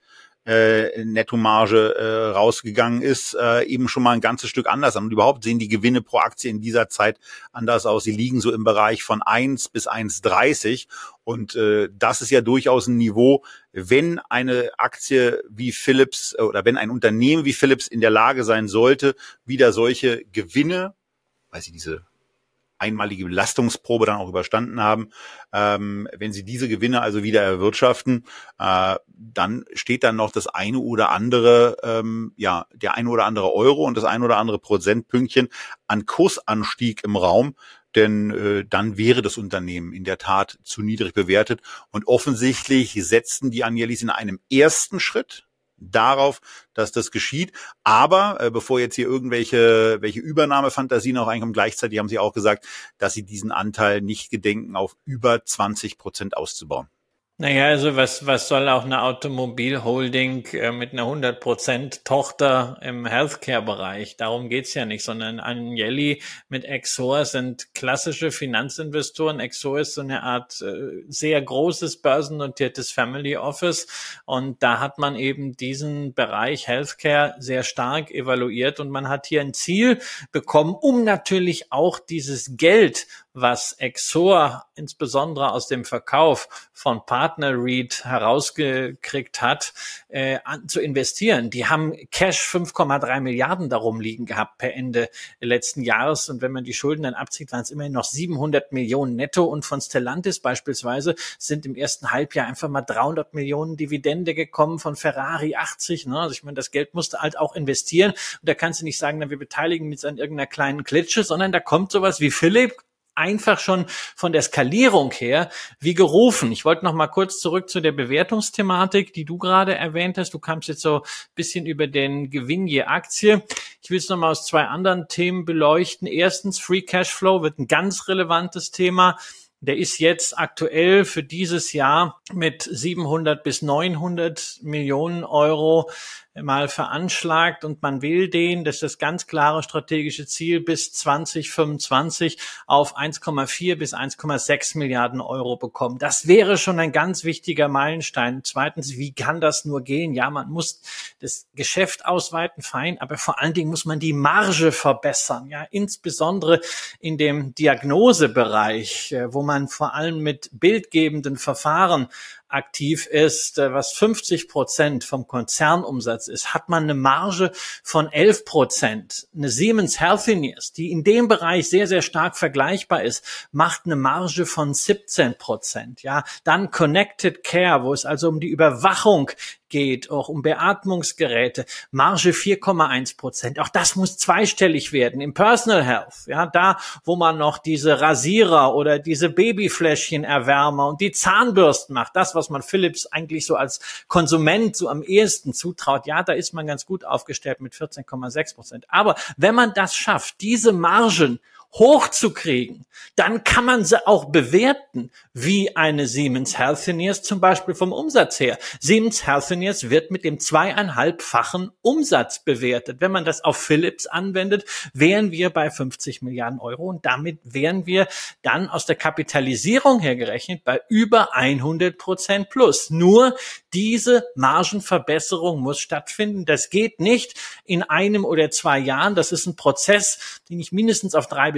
Äh, Nettomarge äh, rausgegangen ist, äh, eben schon mal ein ganzes Stück anders an. Und überhaupt sehen die Gewinne pro Aktie in dieser Zeit anders aus. Sie liegen so im Bereich von eins bis eins Komma dreißig. Und äh, das ist ja durchaus ein Niveau, wenn eine Aktie wie Philips oder wenn ein Unternehmen wie Philips in der Lage sein sollte, wieder solche Gewinne, weil sie diese einmalige Belastungsprobe dann auch überstanden haben. Ähm, wenn sie diese Gewinne also wieder erwirtschaften, äh, dann steht dann noch das eine oder andere, ähm, ja, der eine oder andere Euro und das eine oder andere Prozentpünktchen an Kursanstieg im Raum. Denn äh, dann wäre das Unternehmen in der Tat zu niedrig bewertet. Und offensichtlich setzten die Agnellis in einem ersten Schritt darauf, dass das geschieht. Aber äh, bevor jetzt hier irgendwelche welche Übernahmefantasien auch reinkommen, gleichzeitig haben sie auch gesagt, dass sie diesen Anteil nicht gedenken, auf über zwanzig Prozent auszubauen. Naja, also was was soll auch eine Automobilholding äh, mit einer hundert Prozent Tochter im Healthcare-Bereich? Darum geht's ja nicht, sondern Agnelli mit Exor sind klassische Finanzinvestoren. Exor ist so eine Art äh, sehr großes börsennotiertes Family Office und da hat man eben diesen Bereich Healthcare sehr stark evaluiert und man hat hier ein Ziel bekommen, um natürlich auch dieses Geld, was Exor insbesondere aus dem Verkauf von Partner REIT herausgekriegt hat, äh, an, zu investieren. Die haben Cash fünf Komma drei Milliarden darum liegen gehabt per Ende letzten Jahres. Und wenn man die Schulden dann abzieht, waren es immerhin noch siebenhundert Millionen netto. Und von Stellantis beispielsweise sind im ersten Halbjahr einfach mal dreihundert Millionen Dividende gekommen, von Ferrari achtzig. Ne? Also ich meine, das Geld musste halt auch investieren. Und da kannst du nicht sagen, na, wir beteiligen uns an irgendeiner kleinen Klitsche, sondern da kommt sowas wie Philipp, einfach schon von der Skalierung her wie gerufen. Ich wollte noch mal kurz zurück zu der Bewertungsthematik, die du gerade erwähnt hast. Du kamst jetzt so ein bisschen über den Gewinn je Aktie. Ich will es noch mal aus zwei anderen Themen beleuchten. Erstens, Free Cashflow wird ein ganz relevantes Thema. Der ist jetzt aktuell für dieses Jahr mit siebenhundert bis neunhundert Millionen Euro mal veranschlagt und man will den, das ist das ganz klare strategische Ziel, bis zwanzig fünfundzwanzig auf eins Komma vier bis eins Komma sechs Milliarden Euro bekommen. Das wäre schon ein ganz wichtiger Meilenstein. Zweitens, wie kann das nur gehen? Ja, man muss das Geschäft ausweiten, fein, aber vor allen Dingen muss man die Marge verbessern. Ja, insbesondere in dem Diagnosebereich, wo man vor allem mit bildgebenden Verfahren aktiv ist, was fünfzig Prozent vom Konzernumsatz ist, hat man eine Marge von elf Prozent. Eine Siemens Healthineers, die in dem Bereich sehr, sehr stark vergleichbar ist, macht eine Marge von siebzehn Prozent. Ja, dann Connected Care, wo es also um die Überwachung geht, auch um Beatmungsgeräte, Marge vier Komma eins Prozent. Auch das muss zweistellig werden. Im Personal Health, ja, da, wo man noch diese Rasierer oder diese Babyfläschchenerwärmer und die Zahnbürsten macht, das, was man Philips eigentlich so als Konsument so am ehesten zutraut, ja, da ist man ganz gut aufgestellt mit vierzehn Komma sechs Prozent. Aber wenn man das schafft, diese Margen hochzukriegen, dann kann man sie auch bewerten, wie eine Siemens Healthineers zum Beispiel vom Umsatz her. Siemens Healthineers wird mit dem zweieinhalbfachen Umsatz bewertet. Wenn man das auf Philips anwendet, wären wir bei fünfzig Milliarden Euro und damit wären wir dann aus der Kapitalisierung her gerechnet bei über hundert Prozent plus. Nur diese Margenverbesserung muss stattfinden. Das geht nicht in einem oder zwei Jahren. Das ist ein Prozess, den ich mindestens auf drei bis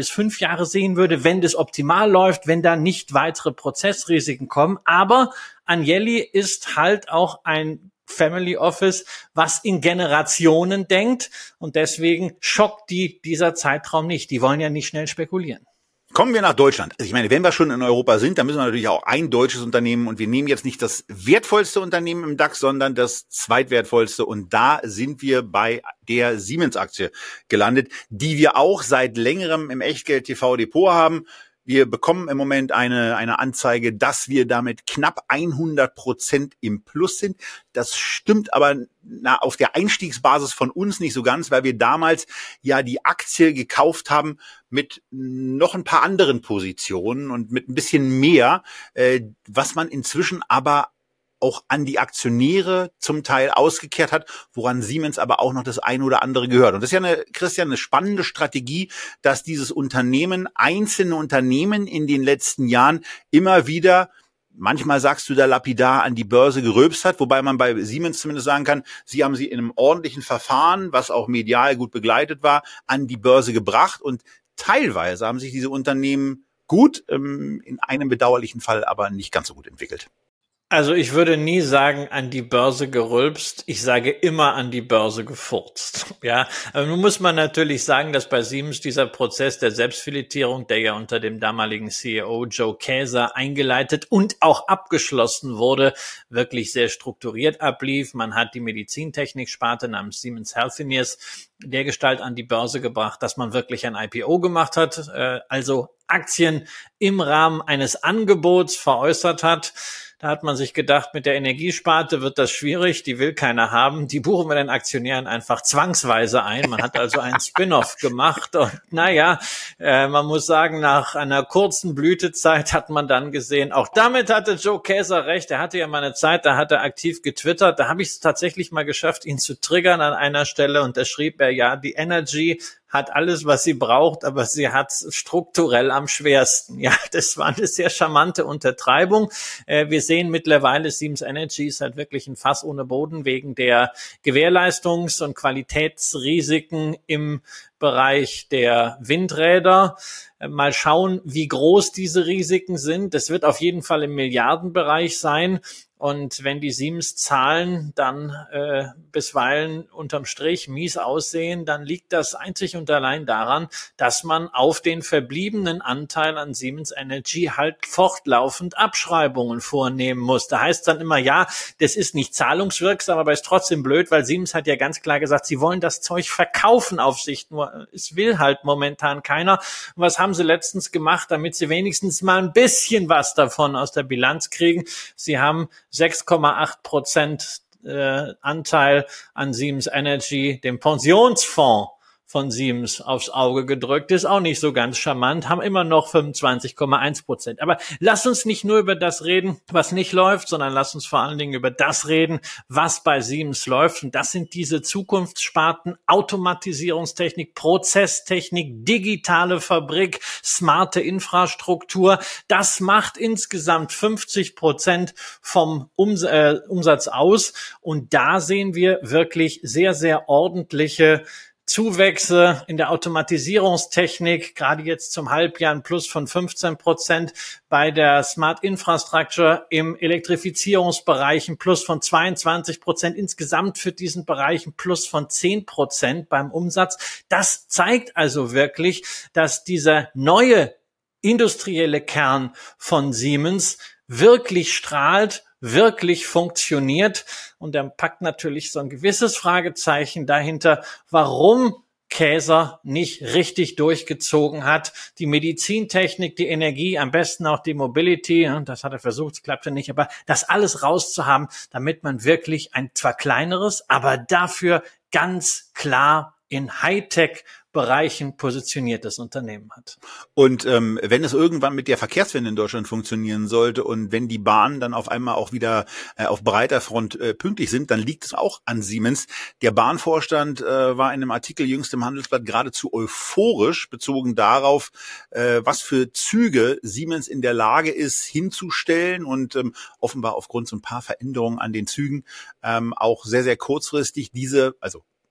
bis fünf Jahre sehen würde, wenn das optimal läuft, wenn da nicht weitere Prozessrisiken kommen. Aber Agnelli ist halt auch ein Family Office, was in Generationen denkt, und deswegen schockt die dieser Zeitraum nicht. Die wollen ja nicht schnell spekulieren. Kommen wir nach Deutschland. Also ich meine, wenn wir schon in Europa sind, dann müssen wir natürlich auch ein deutsches Unternehmen, und wir nehmen jetzt nicht das wertvollste Unternehmen im DAX, sondern das zweitwertvollste, und da sind wir bei der Siemens-Aktie gelandet, die wir auch seit längerem im Echtgeld-T V-Depot haben. Wir bekommen im Moment eine, eine Anzeige, dass wir damit knapp hundert Prozent im Plus sind. Das stimmt aber na, auf der Einstiegsbasis von uns nicht so ganz, weil wir damals ja die Aktie gekauft haben mit noch ein paar anderen Positionen und mit ein bisschen mehr, äh, was man inzwischen aber auch an die Aktionäre zum Teil ausgekehrt hat, woran Siemens aber auch noch das eine oder andere gehört. Und das ist ja, eine, Christian, eine spannende Strategie, dass dieses Unternehmen, einzelne Unternehmen in den letzten Jahren immer wieder, manchmal sagst du da lapidar, an die Börse gerülpst hat, wobei man bei Siemens zumindest sagen kann, sie haben sie in einem ordentlichen Verfahren, was auch medial gut begleitet war, an die Börse gebracht, und teilweise haben sich diese Unternehmen gut, ähm, in einem bedauerlichen Fall aber nicht ganz so gut entwickelt. Also ich würde nie sagen, an die Börse gerülpst. Ich sage immer an die Börse gefurzt. Ja, aber nun muss man natürlich sagen, dass bei Siemens dieser Prozess der Selbstfiletierung, der ja unter dem damaligen C E O Joe Kaeser eingeleitet und auch abgeschlossen wurde, wirklich sehr strukturiert ablief. Man hat die Medizintechnik-Sparte namens Siemens Healthineers dergestalt an die Börse gebracht, dass man wirklich ein I P O gemacht hat, also Aktien im Rahmen eines Angebots veräußert hat. Da hat man sich gedacht, mit der Energiesparte wird das schwierig, die will keiner haben. Die buchen wir den Aktionären einfach zwangsweise ein. Man hat also einen Spin-off gemacht, und naja, äh, man muss sagen, nach einer kurzen Blütezeit hat man dann gesehen, auch damit hatte Joe Kaeser recht. Er hatte ja mal eine Zeit, da hat er aktiv getwittert. Da habe ich es tatsächlich mal geschafft, ihn zu triggern an einer Stelle, und da schrieb er, ja, die Energy hat alles, was sie braucht, aber sie hat strukturell am schwersten. Ja, das war eine sehr charmante Untertreibung. Äh, wir sehen mittlerweile, Siemens Energy ist halt wirklich ein Fass ohne Boden wegen der Gewährleistungs- und Qualitätsrisiken im Bereich der Windräder. Mal schauen, wie groß diese Risiken sind. Das wird auf jeden Fall im Milliardenbereich sein. Und wenn die Siemens-Zahlen dann äh, bisweilen unterm Strich mies aussehen, dann liegt das einzig und allein daran, dass man auf den verbliebenen Anteil an Siemens Energy halt fortlaufend Abschreibungen vornehmen muss. Da heißt dann immer, ja, das ist nicht zahlungswirksam, aber ist trotzdem blöd, weil Siemens hat ja ganz klar gesagt, sie wollen das Zeug verkaufen auf Sicht. Nur es will halt momentan keiner. Und was haben sie letztens gemacht, damit sie wenigstens mal ein bisschen was davon aus der Bilanz kriegen? Sie haben sechs Komma acht Prozent äh, Anteil an Siemens Energy, dem Pensionsfonds von Siemens, aufs Auge gedrückt. Ist auch nicht so ganz charmant, haben immer noch fünfundzwanzig Komma eins Prozent. Aber lass uns nicht nur über das reden, was nicht läuft, sondern lass uns vor allen Dingen über das reden, was bei Siemens läuft. Und das sind diese Zukunftssparten: Automatisierungstechnik, Prozesstechnik, digitale Fabrik, smarte Infrastruktur. Das macht insgesamt fünfzig Prozent vom Ums- äh, Umsatz aus. Und da sehen wir wirklich sehr, sehr ordentliche Zuwächse in der Automatisierungstechnik, gerade jetzt zum Halbjahr ein Plus von fünfzehn Prozent, bei der Smart Infrastructure im Elektrifizierungsbereich ein Plus von zweiundzwanzig Prozent, insgesamt für diesen Bereich ein Plus von zehn Prozent beim Umsatz. Das zeigt also wirklich, dass dieser neue industrielle Kern von Siemens wirklich strahlt, wirklich funktioniert. Und er packt natürlich so ein gewisses Fragezeichen dahinter, warum Kaeser nicht richtig durchgezogen hat. Die Medizintechnik, die Energie, am besten auch die Mobility, das hat er versucht, es klappte nicht, aber das alles rauszuhaben, damit man wirklich ein zwar kleineres, aber dafür ganz klar in Hightech Bereichen positioniertes Unternehmen hat. Und ähm, wenn es irgendwann mit der Verkehrswende in Deutschland funktionieren sollte und wenn die Bahnen dann auf einmal auch wieder äh, auf breiter Front äh, pünktlich sind, dann liegt es auch an Siemens. Der Bahnvorstand äh, war in einem Artikel jüngst im Handelsblatt geradezu euphorisch bezogen darauf, äh, was für Züge Siemens in der Lage ist hinzustellen und ähm, offenbar aufgrund so ein paar Veränderungen an den Zügen ähm, auch sehr, sehr kurzfristig diese, also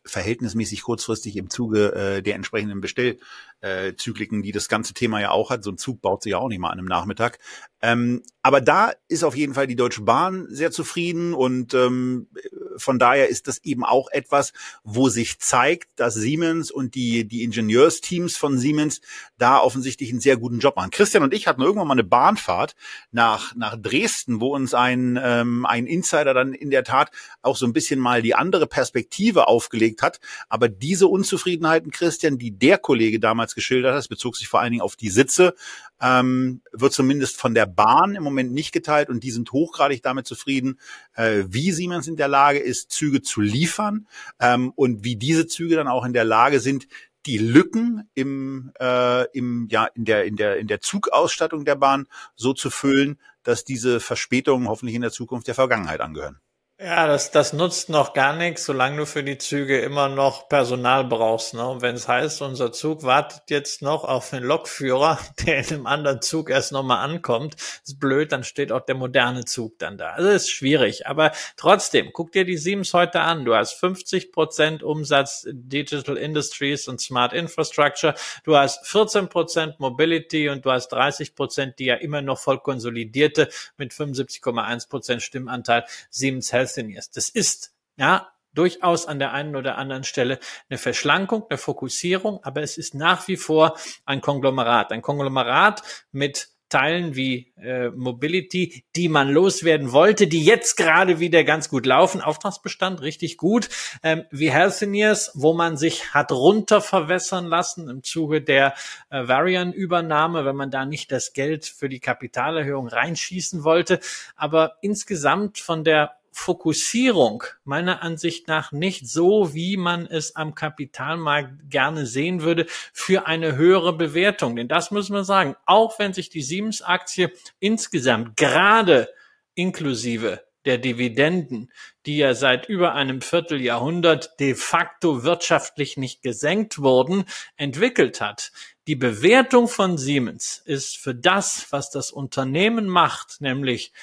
verhältnismäßig kurzfristig im Zuge äh, der entsprechenden Bestellzykliken, die das ganze Thema ja auch hat. So ein Zug baut sich ja auch nicht mal an einem Nachmittag. Ähm, aber da ist auf jeden Fall die Deutsche Bahn sehr zufrieden und ähm, von daher ist das eben auch etwas, wo sich zeigt, dass Siemens und die die Ingenieursteams von Siemens da offensichtlich einen sehr guten Job machen. Christian und ich hatten irgendwann mal eine Bahnfahrt nach nach Dresden, wo uns ein ähm, ein Insider dann in der Tat auch so ein bisschen mal die andere Perspektive aufgelegt hat. Aber diese Unzufriedenheiten, Christian, die der Kollege damals geschildert hat, das bezog sich vor allen Dingen auf die Sitze, ähm, wird zumindest von der Bahn im Moment nicht geteilt und die sind hochgradig damit zufrieden, äh, wie Siemens in der Lage ist, Züge zu liefern ähm, und wie diese Züge dann auch in der Lage sind, die Lücken im äh, im ja in der in der in der Zugausstattung der Bahn so zu füllen, dass diese Verspätungen hoffentlich in der Zukunft der Vergangenheit angehören. Ja, das, das nutzt noch gar nichts, solange du für die Züge immer noch Personal brauchst. Ne? Und wenn es heißt, unser Zug wartet jetzt noch auf den Lokführer, der in einem anderen Zug erst nochmal ankommt, ist blöd, dann steht auch der moderne Zug dann da. Also ist schwierig, aber trotzdem, guck dir die Siemens heute an. Du hast fünfzig Prozent Umsatz Digital Industries und Smart Infrastructure, du hast vierzehn Prozent Mobility und du hast dreißig Prozent, die ja immer noch voll konsolidierte mit fünfundsiebzig Komma eins Prozent Stimmanteil Siemens Health. Das ist ja durchaus an der einen oder anderen Stelle eine Verschlankung, eine Fokussierung, aber es ist nach wie vor ein Konglomerat. Ein Konglomerat mit Teilen wie äh, Mobility, die man loswerden wollte, die jetzt gerade wieder ganz gut laufen, Auftragsbestand richtig gut, ähm, wie Healthineers, wo man sich hat runterverwässern lassen im Zuge der äh, Varian-Übernahme, wenn man da nicht das Geld für die Kapitalerhöhung reinschießen wollte, aber insgesamt von der Fokussierung meiner Ansicht nach nicht so, wie man es am Kapitalmarkt gerne sehen würde, für eine höhere Bewertung. Denn das müssen wir sagen, auch wenn sich die Siemens-Aktie insgesamt gerade inklusive der Dividenden, die ja seit über einem Vierteljahrhundert de facto wirtschaftlich nicht gesenkt wurden, entwickelt hat. Die Bewertung von Siemens ist für das, was das Unternehmen macht, nämlich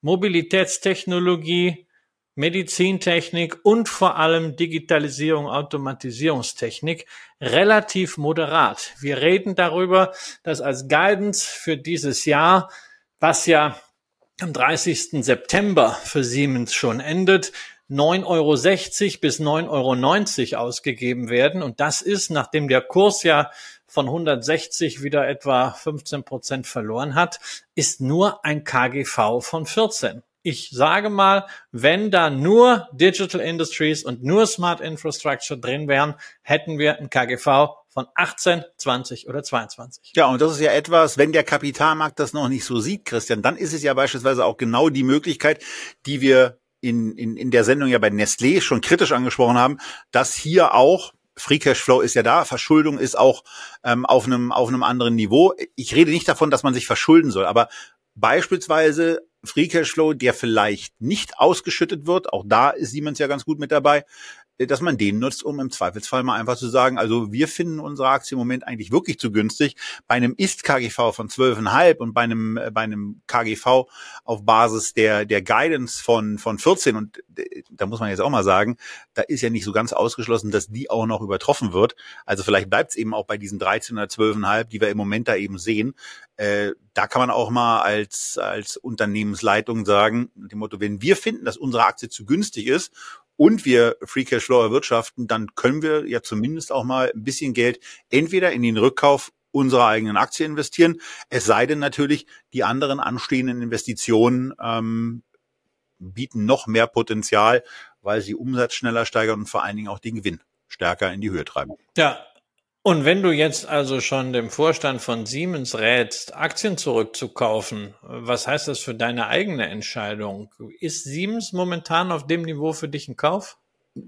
Mobilitätstechnologie, Medizintechnik und vor allem Digitalisierung, Automatisierungstechnik relativ moderat. Wir reden darüber, dass als Guidance für dieses Jahr, was ja am dreißigsten September für Siemens schon endet, neun Euro sechzig bis neun Euro neunzig ausgegeben werden. Und das ist, nachdem der Kurs ja von hundertsechzig wieder etwa fünfzehn Prozent verloren hat, ist nur ein K G V von vierzehn. Ich sage mal, wenn da nur Digital Industries und nur Smart Infrastructure drin wären, hätten wir ein K G V von achtzehn, zwanzig oder zweiundzwanzig. Ja, und das ist ja etwas, wenn der Kapitalmarkt das noch nicht so sieht, Christian, dann ist es ja beispielsweise auch genau die Möglichkeit, die wir in, in, in der Sendung ja bei Nestlé schon kritisch angesprochen haben, dass hier auch Free Cashflow ist ja da, Verschuldung ist auch ähm, auf einem auf einem anderen Niveau. Ich rede nicht davon, dass man sich verschulden soll, aber beispielsweise Free Cashflow, der vielleicht nicht ausgeschüttet wird, auch da ist Siemens ja ganz gut mit dabei, dass man den nutzt, um im Zweifelsfall mal einfach zu sagen, also wir finden unsere Aktie im Moment eigentlich wirklich zu günstig. Bei einem Ist-K G V von zwölf Komma fünf und bei einem bei einem K G V auf Basis der der Guidance von von vierzehn und da muss man jetzt auch mal sagen, da ist ja nicht so ganz ausgeschlossen, dass die auch noch übertroffen wird. Also vielleicht bleibt es eben auch bei diesen dreizehn oder zwölf Komma fünf, die wir im Moment da eben sehen. Äh, da kann man auch mal als als Unternehmensleitung sagen, mit dem Motto, wenn wir finden, dass unsere Aktie zu günstig ist und wir Free Cashflow erwirtschaften, dann können wir ja zumindest auch mal ein bisschen Geld entweder in den Rückkauf unserer eigenen Aktie investieren, es sei denn natürlich, die anderen anstehenden Investitionen ähm, bieten noch mehr Potenzial, weil sie Umsatz schneller steigern und vor allen Dingen auch den Gewinn stärker in die Höhe treiben. Ja. Und wenn du jetzt also schon dem Vorstand von Siemens rätst, Aktien zurückzukaufen, was heißt das für deine eigene Entscheidung? Ist Siemens momentan auf dem Niveau für dich ein Kauf?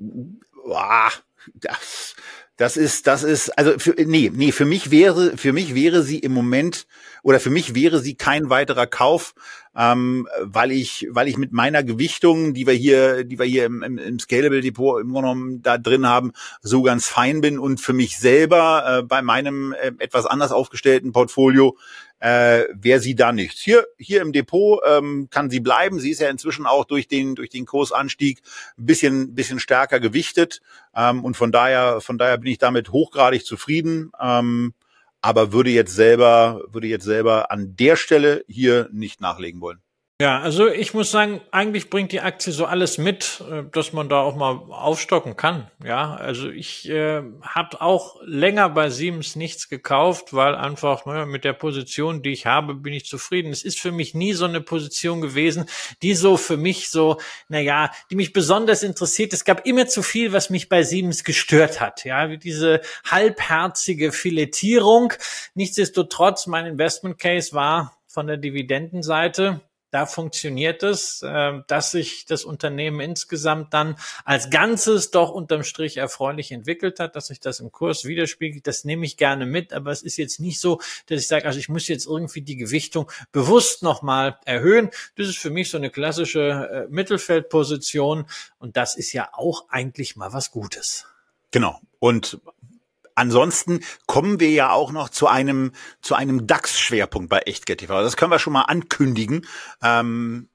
Boah, das, das ist, das ist, also für, nee, nee, für mich wäre, für mich wäre sie im Moment oder für mich wäre sie kein weiterer Kauf, ähm, weil ich, weil ich mit meiner Gewichtung, die wir hier, die wir hier im, im, im Scalable Depot im Grunde genommen da drin haben, so ganz fein bin und für mich selber äh, bei meinem äh, etwas anders aufgestellten Portfolio äh, wäre sie da nichts. Hier, hier im Depot ähm, kann sie bleiben. Sie ist ja inzwischen auch durch den durch den Kursanstieg ein bisschen bisschen stärker gewichtet ähm, und von daher von daher bin ich damit hochgradig zufrieden. Ähm, aber würde jetzt selber würde jetzt selber an der Stelle hier nicht nachlegen wollen. Ja, also ich muss sagen, eigentlich bringt die Aktie so alles mit, äh, dass man da auch mal aufstocken kann. Ja, also ich äh, habe auch länger bei Siemens nichts gekauft, weil einfach ne, mit der Position, die ich habe, bin ich zufrieden. Es ist für mich nie so eine Position gewesen, die so für mich so, naja, die mich besonders interessiert. Es gab immer zu viel, was mich bei Siemens gestört hat. Ja, wie diese halbherzige Filetierung. Nichtsdestotrotz, mein Investment Case war von der Dividendenseite. Da funktioniert es, dass sich das Unternehmen insgesamt dann als Ganzes doch unterm Strich erfreulich entwickelt hat, dass sich das im Kurs widerspiegelt. Das nehme ich gerne mit, aber es ist jetzt nicht so, dass ich sage, also ich muss jetzt irgendwie die Gewichtung bewusst nochmal erhöhen. Das ist für mich so eine klassische Mittelfeldposition und das ist ja auch eigentlich mal was Gutes. Genau. Und ansonsten kommen wir ja auch noch zu einem zu einem DAX-Schwerpunkt bei Echtgeld T V. Das können wir schon mal ankündigen. Ähm,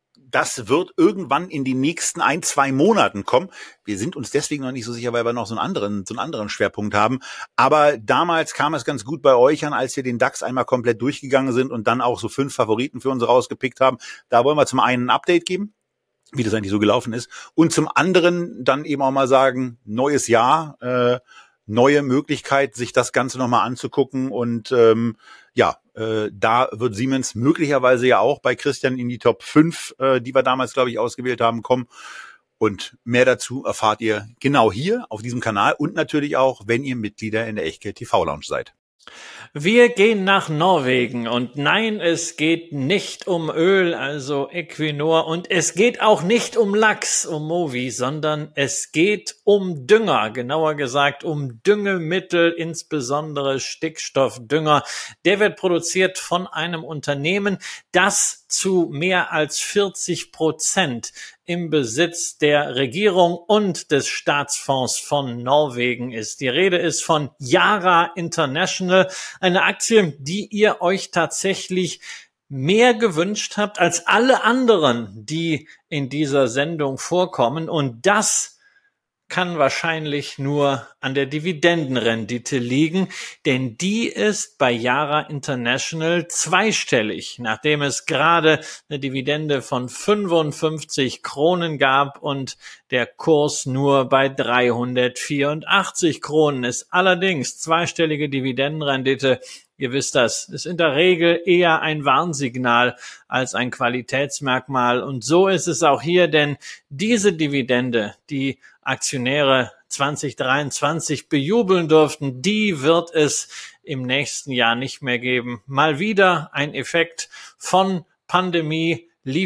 das wird irgendwann in den nächsten ein, zwei Monaten kommen. Wir sind uns deswegen noch nicht so sicher, weil wir noch so einen anderen so einen anderen Schwerpunkt haben. Aber damals kam es ganz gut bei euch an, als wir den DAX einmal komplett durchgegangen sind und dann auch so fünf Favoriten für uns rausgepickt haben. Da wollen wir zum einen ein Update geben, wie das eigentlich so gelaufen ist. Und zum anderen dann eben auch mal sagen, neues Jahr, äh, neue Möglichkeit, sich das Ganze nochmal anzugucken und ähm, ja, äh, da wird Siemens möglicherweise ja auch bei Christian in die Top fünf, äh, die wir damals, glaube ich, ausgewählt haben, kommen. Und mehr dazu erfahrt ihr genau hier auf diesem Kanal und natürlich auch, wenn ihr Mitglieder in der Echtgeld T V Lounge seid. Wir gehen nach Norwegen und nein, es geht nicht um Öl, also Equinor, und es geht auch nicht um Lachs, um Mowi, sondern es geht um Dünger, genauer gesagt um Düngemittel, insbesondere Stickstoffdünger. Der wird produziert von einem Unternehmen, das zu mehr als vierzig Prozent im Besitz der Regierung und des Staatsfonds von Norwegen ist. Die Rede ist von Yara International, eine Aktie, die ihr euch tatsächlich mehr gewünscht habt als alle anderen, die in dieser Sendung vorkommen. Und das kann wahrscheinlich nur an der Dividendenrendite liegen, denn die ist bei Yara International zweistellig, nachdem es gerade eine Dividende von fünfundfünfzig Kronen gab und der Kurs nur bei dreihundertvierundachtzig Kronen ist. Allerdings zweistellige Dividendenrendite, ihr wisst das, ist in der Regel eher ein Warnsignal als ein Qualitätsmerkmal. Und so ist es auch hier, denn diese Dividende, die Aktionäre zwanzig dreiundzwanzig bejubeln durften, die wird es im nächsten Jahr nicht mehr geben. Mal wieder ein Effekt von Pandemie,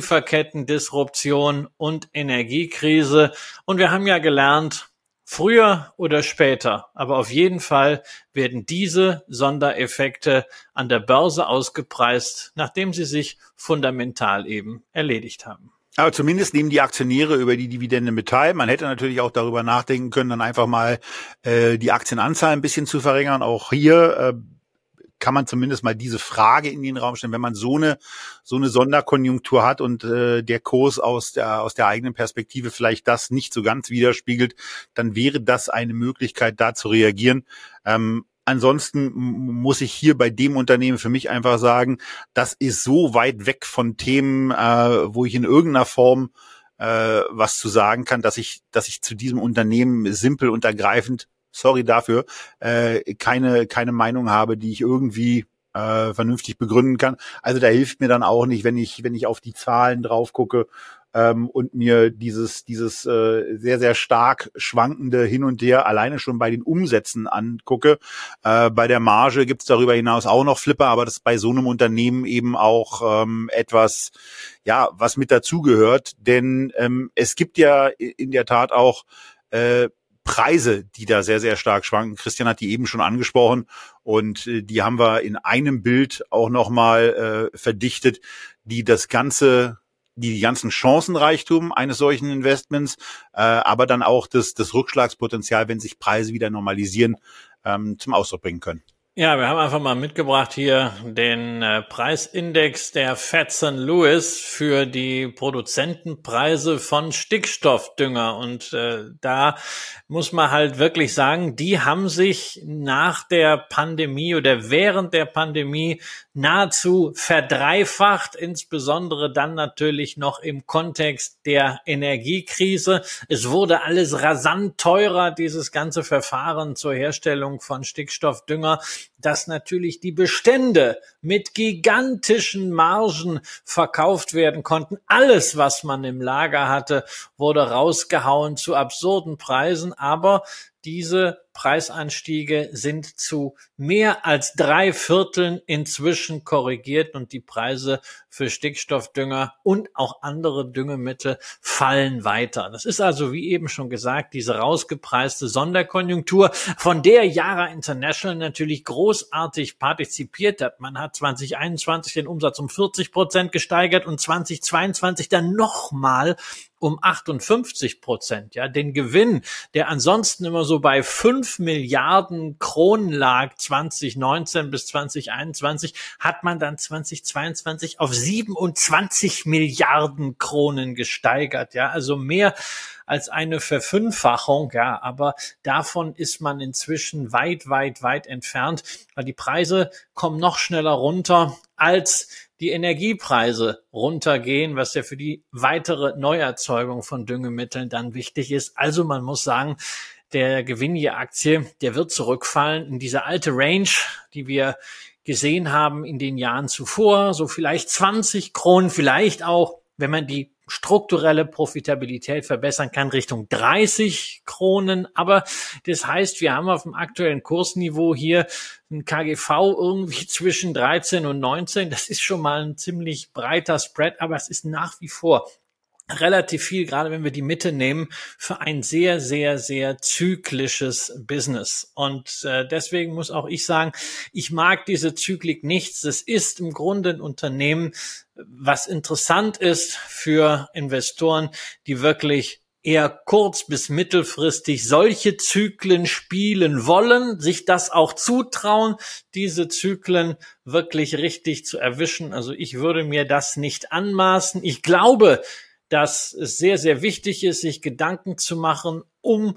Lieferkettendisruption und Energiekrise. Und wir haben ja gelernt, früher oder später, aber auf jeden Fall werden diese Sondereffekte an der Börse ausgepreist, nachdem sie sich fundamental eben erledigt haben. Aber zumindest nehmen die Aktionäre über die Dividende mit teil. Man hätte natürlich auch darüber nachdenken können, dann einfach mal äh, die Aktienanzahl ein bisschen zu verringern. Auch hier äh, kann man zumindest mal diese Frage in den Raum stellen, wenn man so eine so eine Sonderkonjunktur hat und äh, der Kurs aus der aus der eigenen Perspektive vielleicht das nicht so ganz widerspiegelt, dann wäre das eine Möglichkeit, da zu reagieren. Ähm, Ansonsten muss ich hier bei dem Unternehmen für mich einfach sagen, das ist so weit weg von Themen, äh, wo ich in irgendeiner Form äh, was zu sagen kann, dass ich, dass ich zu diesem Unternehmen simpel und ergreifend, sorry dafür, äh, keine keine Meinung habe, die ich irgendwie äh, vernünftig begründen kann. Also da hilft mir dann auch nicht, wenn ich wenn ich auf die Zahlen drauf gucke ähm, und mir dieses dieses äh, sehr sehr stark schwankende Hin und Her alleine schon bei den Umsätzen angucke. Äh, bei der Marge gibt's darüber hinaus auch noch Flipper, aber das ist bei so einem Unternehmen eben auch ähm, etwas, ja, was mit dazugehört, denn ähm, es gibt ja in der Tat auch äh, Preise, die da sehr, sehr stark schwanken. Christian hat die eben schon angesprochen und äh, die haben wir in einem Bild auch nochmal äh, verdichtet, die das Ganze, die die ganzen Chancenreichtum eines solchen Investments, äh, aber dann auch das, das Rückschlagspotenzial, wenn sich Preise wieder normalisieren, ähm, zum Ausdruck bringen können. Ja, wir haben einfach mal mitgebracht hier den äh, Preisindex der Fed Saint Louis für die Produzentenpreise von Stickstoffdünger. Und äh, da muss man halt wirklich sagen, die haben sich nach der Pandemie oder während der Pandemie nahezu verdreifacht, insbesondere dann natürlich noch im Kontext der Energiekrise. Es wurde alles rasant teurer, dieses ganze Verfahren zur Herstellung von Stickstoffdünger, dass natürlich die Bestände mit gigantischen Margen verkauft werden konnten. Alles, was man im Lager hatte, wurde rausgehauen zu absurden Preisen, aber diese Preisanstiege sind zu mehr als drei Vierteln inzwischen korrigiert und die Preise für Stickstoffdünger und auch andere Düngemittel fallen weiter. Das ist also, wie eben schon gesagt, diese rausgepreiste Sonderkonjunktur, von der Yara International natürlich großartig partizipiert hat. Man hat zwanzig einundzwanzig den Umsatz um vierzig Prozent gesteigert und zwanzig zweiundzwanzig dann nochmal um achtundfünfzig Prozent. Ja, den Gewinn, der ansonsten immer so bei fünf Milliarden Kronen lag, zwanzig neunzehn bis zwanzig einundzwanzig, hat man dann zwanzig zweiundzwanzig auf siebenundzwanzig Milliarden Kronen gesteigert. Ja, also mehr als eine Verfünffachung. Ja, aber davon ist man inzwischen weit, weit, weit entfernt, weil die Preise kommen noch schneller runter, als die Energiepreise runtergehen, was ja für die weitere Neuerzeugung von Düngemitteln dann wichtig ist. Also man muss sagen, der Gewinn je Aktie, der wird zurückfallen in diese alte Range, die wir gesehen haben in den Jahren zuvor, so vielleicht zwanzig Kronen, vielleicht auch, wenn man die strukturelle Profitabilität verbessern kann, Richtung dreißig Kronen. Aber das heißt, wir haben auf dem aktuellen Kursniveau hier ein K G V irgendwie zwischen dreizehn und neunzehn. Das ist schon mal ein ziemlich breiter Spread, aber es ist nach wie vor relativ viel, gerade wenn wir die Mitte nehmen, für ein sehr, sehr, sehr zyklisches Business. Und äh, deswegen muss auch ich sagen, ich mag diese Zyklik nicht. Es ist im Grunde ein Unternehmen, was interessant ist für Investoren, die wirklich eher kurz- bis mittelfristig solche Zyklen spielen wollen, sich das auch zutrauen, diese Zyklen wirklich richtig zu erwischen. Also ich würde mir das nicht anmaßen. Ich glaube, dass es sehr, sehr wichtig ist, sich Gedanken zu machen um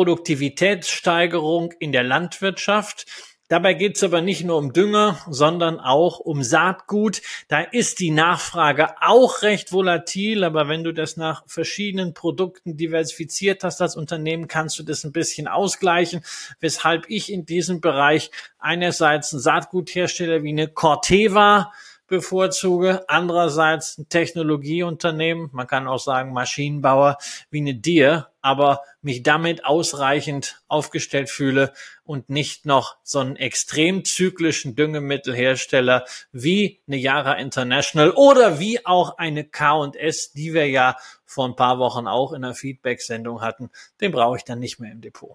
Produktivitätssteigerung in der Landwirtschaft. Dabei geht es aber nicht nur um Dünger, sondern auch um Saatgut. Da ist die Nachfrage auch recht volatil, aber wenn du das nach verschiedenen Produkten diversifiziert hast als Unternehmen, kannst du das ein bisschen ausgleichen, weshalb ich in diesem Bereich einerseits einen Saatguthersteller wie eine Corteva bevorzuge, andererseits ein Technologieunternehmen, man kann auch sagen Maschinenbauer wie eine Deere, aber mich damit ausreichend aufgestellt fühle und nicht noch so einen extrem zyklischen Düngemittelhersteller wie eine Yara International oder wie auch eine K und S, die wir ja vor ein paar Wochen auch in einer Feedback-Sendung hatten, den brauche ich dann nicht mehr im Depot.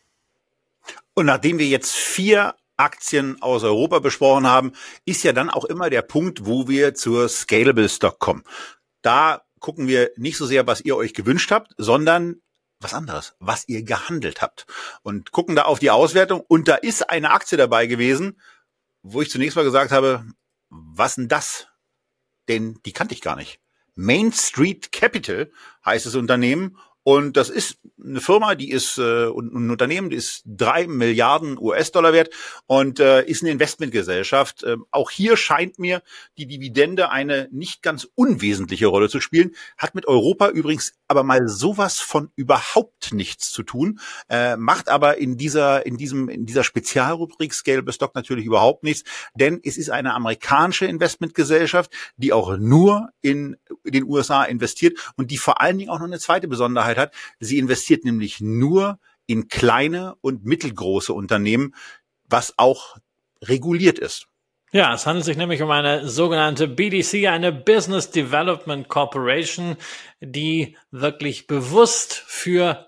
Und nachdem wir jetzt vier Aktien aus Europa besprochen haben, ist ja dann auch immer der Punkt, wo wir zur Scalable Stock kommen. Da gucken wir nicht so sehr, was ihr euch gewünscht habt, sondern was anderes, was ihr gehandelt habt. Und gucken da auf die Auswertung. Und da ist eine Aktie dabei gewesen, wo ich zunächst mal gesagt habe, was denn das? Denn die kannte ich gar nicht. Main Street Capital heißt das Unternehmen. Und das ist eine Firma, die ist äh, ein Unternehmen, die ist drei Milliarden U S-Dollar wert und äh, ist eine Investmentgesellschaft. Äh, auch hier scheint mir die Dividende eine nicht ganz unwesentliche Rolle zu spielen. Hat mit Europa übrigens aber mal sowas von überhaupt nichts zu tun. Äh, macht aber in dieser in diesem in dieser Spezialrubrik Scalable Stock natürlich überhaupt nichts, denn es ist eine amerikanische Investmentgesellschaft, die auch nur in den U S A investiert und die vor allen Dingen auch noch eine zweite Besonderheit hat. Sie investiert nämlich nur in kleine und mittelgroße Unternehmen, was auch reguliert ist. Ja, es handelt sich nämlich um eine sogenannte B D C, eine Business Development Corporation. die wirklich bewusst für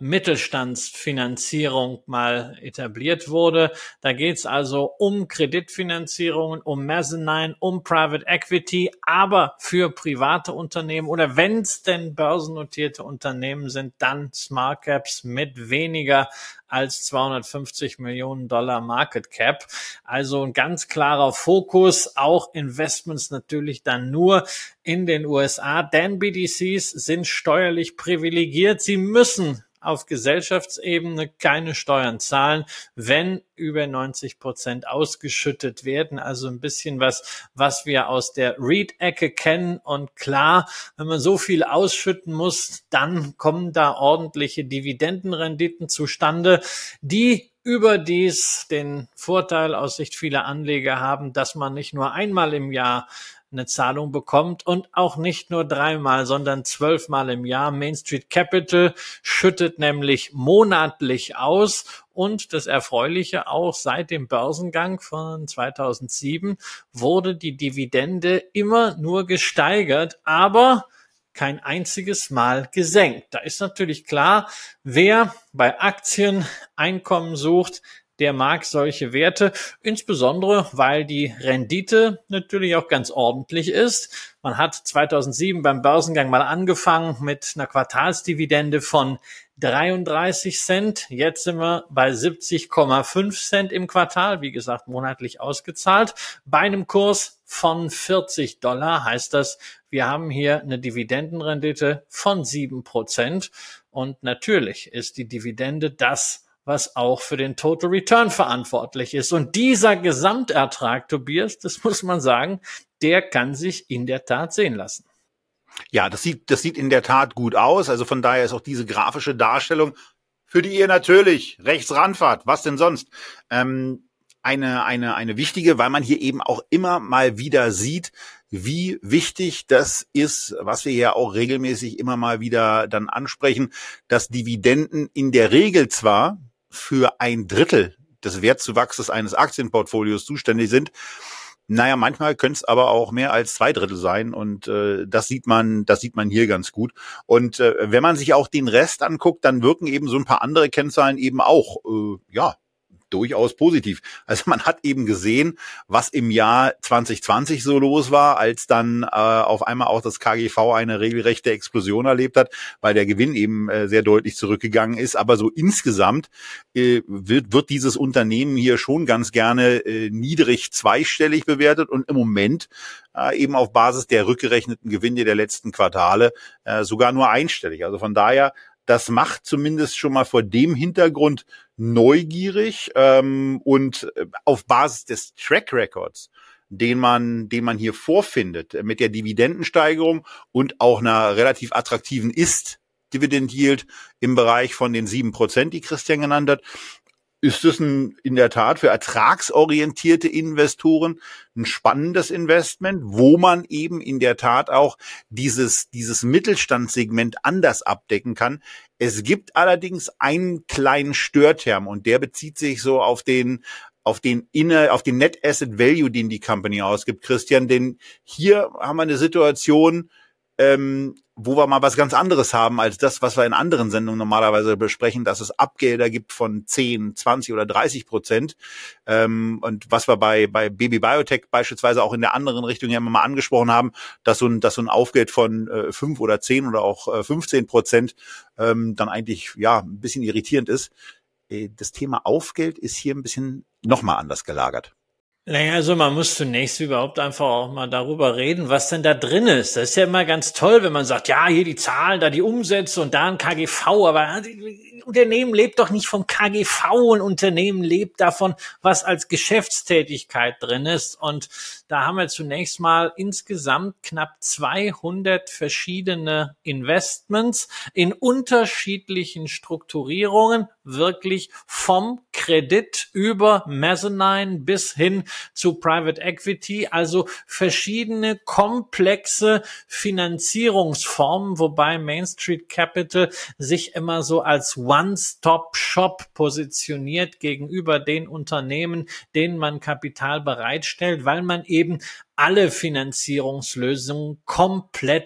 Mittelstandsfinanzierung mal etabliert wurde. Da geht es also um Kreditfinanzierungen, um Mezzanine, um Private Equity, aber für private Unternehmen oder wenn es denn börsennotierte Unternehmen sind, dann Small Caps mit weniger als zweihundertfünfzig Millionen Dollar Market Cap. Also ein ganz klarer Fokus, auch Investments natürlich dann nur in den U S A, denn B D Cs sind steuerlich privilegiert. Sie müssen auf Gesellschaftsebene keine Steuern zahlen, wenn über neunzig Prozent ausgeschüttet werden. Also ein bisschen was, was wir aus der REIT-Ecke kennen. Und klar, wenn man so viel ausschütten muss, dann kommen da ordentliche Dividendenrenditen zustande, die überdies den Vorteil aus Sicht vieler Anleger haben, dass man nicht nur einmal im Jahr eine Zahlung bekommt und auch nicht nur dreimal, sondern zwölfmal im Jahr. Main Street Capital schüttet nämlich monatlich aus und das Erfreuliche auch seit dem Börsengang von zweitausendsieben wurde die Dividende immer nur gesteigert, aber kein einziges Mal gesenkt. Da ist natürlich klar, wer bei Aktien Einkommen sucht, der mag solche Werte, insbesondere weil die Rendite natürlich auch ganz ordentlich ist. Man hat zweitausendsieben beim Börsengang mal angefangen mit einer Quartalsdividende von dreiunddreißig Cent. Jetzt sind wir bei siebzig Komma fünf Cent im Quartal, wie gesagt monatlich ausgezahlt. Bei einem Kurs von vierzig Dollar heißt das, wir haben hier eine Dividendenrendite von sieben Prozent. Und natürlich ist die Dividende das, was auch für den Total Return verantwortlich ist. Und dieser Gesamtertrag, Tobias, das muss man sagen, der kann sich in der Tat sehen lassen. Ja, das sieht, das sieht in der Tat gut aus. Also von daher ist auch diese grafische Darstellung, für die ihr natürlich rechts ranfahrt, was denn sonst, ähm, eine, eine, eine wichtige, weil man hier eben auch immer mal wieder sieht, wie wichtig das ist, was wir ja auch regelmäßig immer mal wieder dann ansprechen, dass Dividenden in der Regel zwar für ein Drittel des Wertzuwachses eines Aktienportfolios zuständig sind. Naja, manchmal könnte es aber auch mehr als zwei Drittel sein und äh, das sieht man, das sieht man hier ganz gut. Und äh, wenn man sich auch den Rest anguckt, dann wirken eben so ein paar andere Kennzahlen eben auch, äh, ja, durchaus positiv. Also man hat eben gesehen, was im Jahr zwanzig zwanzig so los war, als dann äh, auf einmal auch das K G V eine regelrechte Explosion erlebt hat, weil der Gewinn eben äh, sehr deutlich zurückgegangen ist. Aber so insgesamt äh, wird, wird dieses Unternehmen hier schon ganz gerne äh, niedrig zweistellig bewertet und im Moment äh, eben auf Basis der rückgerechneten Gewinne der letzten Quartale äh, sogar nur einstellig. Also von daher, das macht zumindest schon mal vor dem Hintergrund neugierig ähm, und auf Basis des Track Records, den man, den man hier vorfindet, mit der Dividendensteigerung und auch einer relativ attraktiven Ist-Dividend Yield im Bereich von den sieben Prozent, die Christian genannt hat, ist es ein, in der Tat für ertragsorientierte Investoren ein spannendes Investment, wo man eben in der Tat auch dieses, dieses Mittelstandssegment anders abdecken kann. Es gibt allerdings einen kleinen Störterm und der bezieht sich so auf den, auf den Inner, auf den Net Asset Value, den die Company ausgibt, Christian, denn hier haben wir eine Situation, ähm, wo wir mal was ganz anderes haben als das, was wir in anderen Sendungen normalerweise besprechen, dass es Abgelder gibt von zehn, zwanzig oder dreißig Prozent. Ähm, und was wir bei bei Baby Biotech beispielsweise auch in der anderen Richtung ja immer mal angesprochen haben, dass so ein, dass so ein Aufgeld von äh, fünf oder zehn oder auch äh, fünfzehn Prozent ähm, dann eigentlich ja ein bisschen irritierend ist. Äh, das Thema Aufgeld ist hier ein bisschen nochmal anders gelagert. Naja, also man muss zunächst überhaupt einfach auch mal darüber reden, was denn da drin ist. Das ist ja immer ganz toll, wenn man sagt, ja, hier die Zahlen, da die Umsätze und da ein K G V, aber ein Unternehmen lebt doch nicht vom K G V, ein Unternehmen lebt davon, was als Geschäftstätigkeit drin ist. Und da haben wir zunächst mal insgesamt knapp zweihundert verschiedene Investments in unterschiedlichen Strukturierungen, wirklich vom Kredit über Mezzanine bis hin zu Private Equity, also verschiedene komplexe Finanzierungsformen, wobei Main Street Capital sich immer so als One-Stop-Shop positioniert gegenüber den Unternehmen, denen man Kapital bereitstellt, weil man eben alle Finanzierungslösungen komplett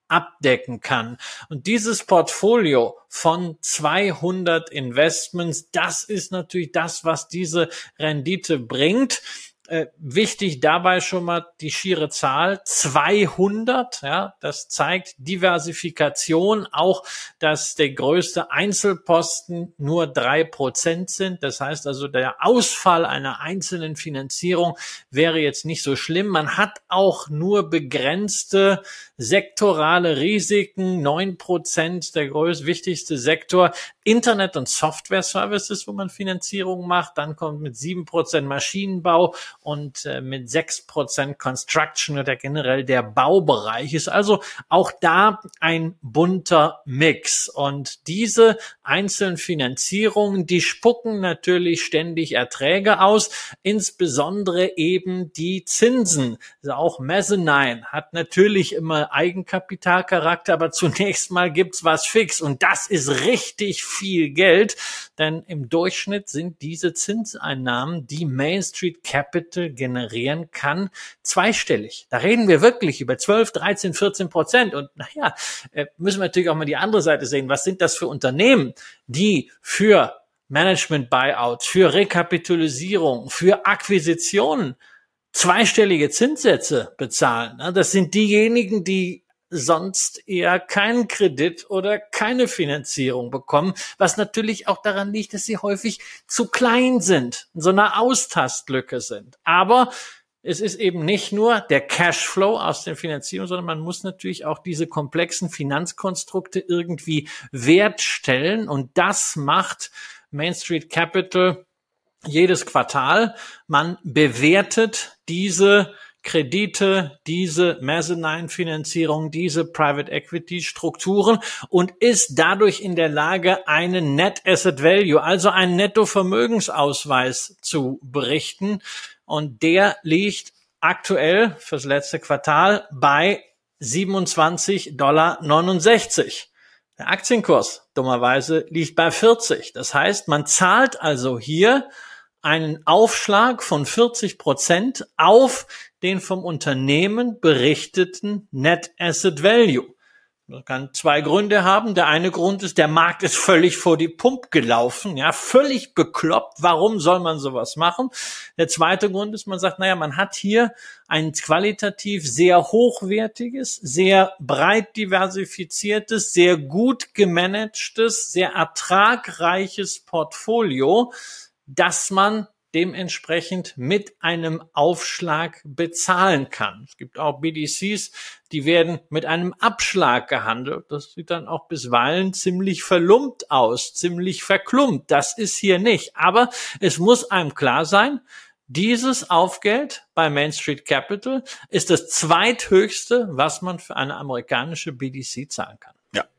abdecken kann. Und dieses Portfolio von zweihundert Investments, das ist natürlich das, was diese Rendite bringt. Äh, wichtig dabei schon mal die schiere Zahl zweihundert, ja, das zeigt Diversifikation, auch dass der größte Einzelposten nur drei Prozent sind. Das heißt also, der Ausfall einer einzelnen Finanzierung wäre jetzt nicht so schlimm. Man hat auch nur begrenzte sektorale Risiken, neun Prozent der größte, wichtigste Sektor. Internet- und Software-Services, wo man Finanzierung macht. Dann kommt mit sieben Prozent Maschinenbau und äh, mit sechs Prozent Construction oder generell der Baubereich. Ist also auch da ein bunter Mix. Und diese einzelnen Finanzierungen, die spucken natürlich ständig Erträge aus, insbesondere eben die Zinsen. Also auch Mezzanine hat natürlich immer Eigenkapitalcharakter, aber zunächst mal gibt's was fix und das ist richtig viel Geld, denn im Durchschnitt sind diese Zinseinnahmen, die Main Street Capital generieren kann, zweistellig. Da reden wir wirklich über zwölf, dreizehn, vierzehn Prozent und naja, müssen wir natürlich auch mal die andere Seite sehen. Was sind das für Unternehmen, die für Management-Buyouts, für Rekapitalisierung, für Akquisitionen zweistellige Zinssätze bezahlen? Das sind diejenigen, die sonst eher keinen Kredit oder keine Finanzierung bekommen, was natürlich auch daran liegt, dass sie häufig zu klein sind, in so einer Austastlücke sind. Aber es ist eben nicht nur der Cashflow aus der Finanzierung, sondern man muss natürlich auch diese komplexen Finanzkonstrukte irgendwie wertstellen und das macht Main Street Capital jedes Quartal. Man bewertet diese Kredite, diese Mezzanine-Finanzierung, diese Private-Equity-Strukturen und ist dadurch in der Lage, einen Net Asset Value, also einen Nettovermögensausweis zu berichten. Und der liegt aktuell fürs letzte Quartal bei siebenundzwanzig Komma neunundsechzig Dollar. Der Aktienkurs, dummerweise, liegt bei vierzig. Das heißt, man zahlt also hier einen Aufschlag von vierzig Prozent auf den vom Unternehmen berichteten Net Asset Value. Das kann zwei Gründe haben. Der eine Grund ist, der Markt ist völlig vor die Pump gelaufen, ja, völlig bekloppt. Warum soll man sowas machen? Der zweite Grund ist, man sagt, naja, man hat hier ein qualitativ sehr hochwertiges, sehr breit diversifiziertes, sehr gut gemanagtes, sehr ertragreiches Portfolio, das man dementsprechend mit einem Aufschlag bezahlen kann. Es gibt auch B D Cs, die werden mit einem Abschlag gehandelt. Das sieht dann auch bisweilen ziemlich verlumpt aus, ziemlich verklumpt. Das ist hier nicht. Aber es muss einem klar sein, dieses Aufgeld bei Main Street Capital ist das zweithöchste, was man für eine amerikanische B D C zahlen kann.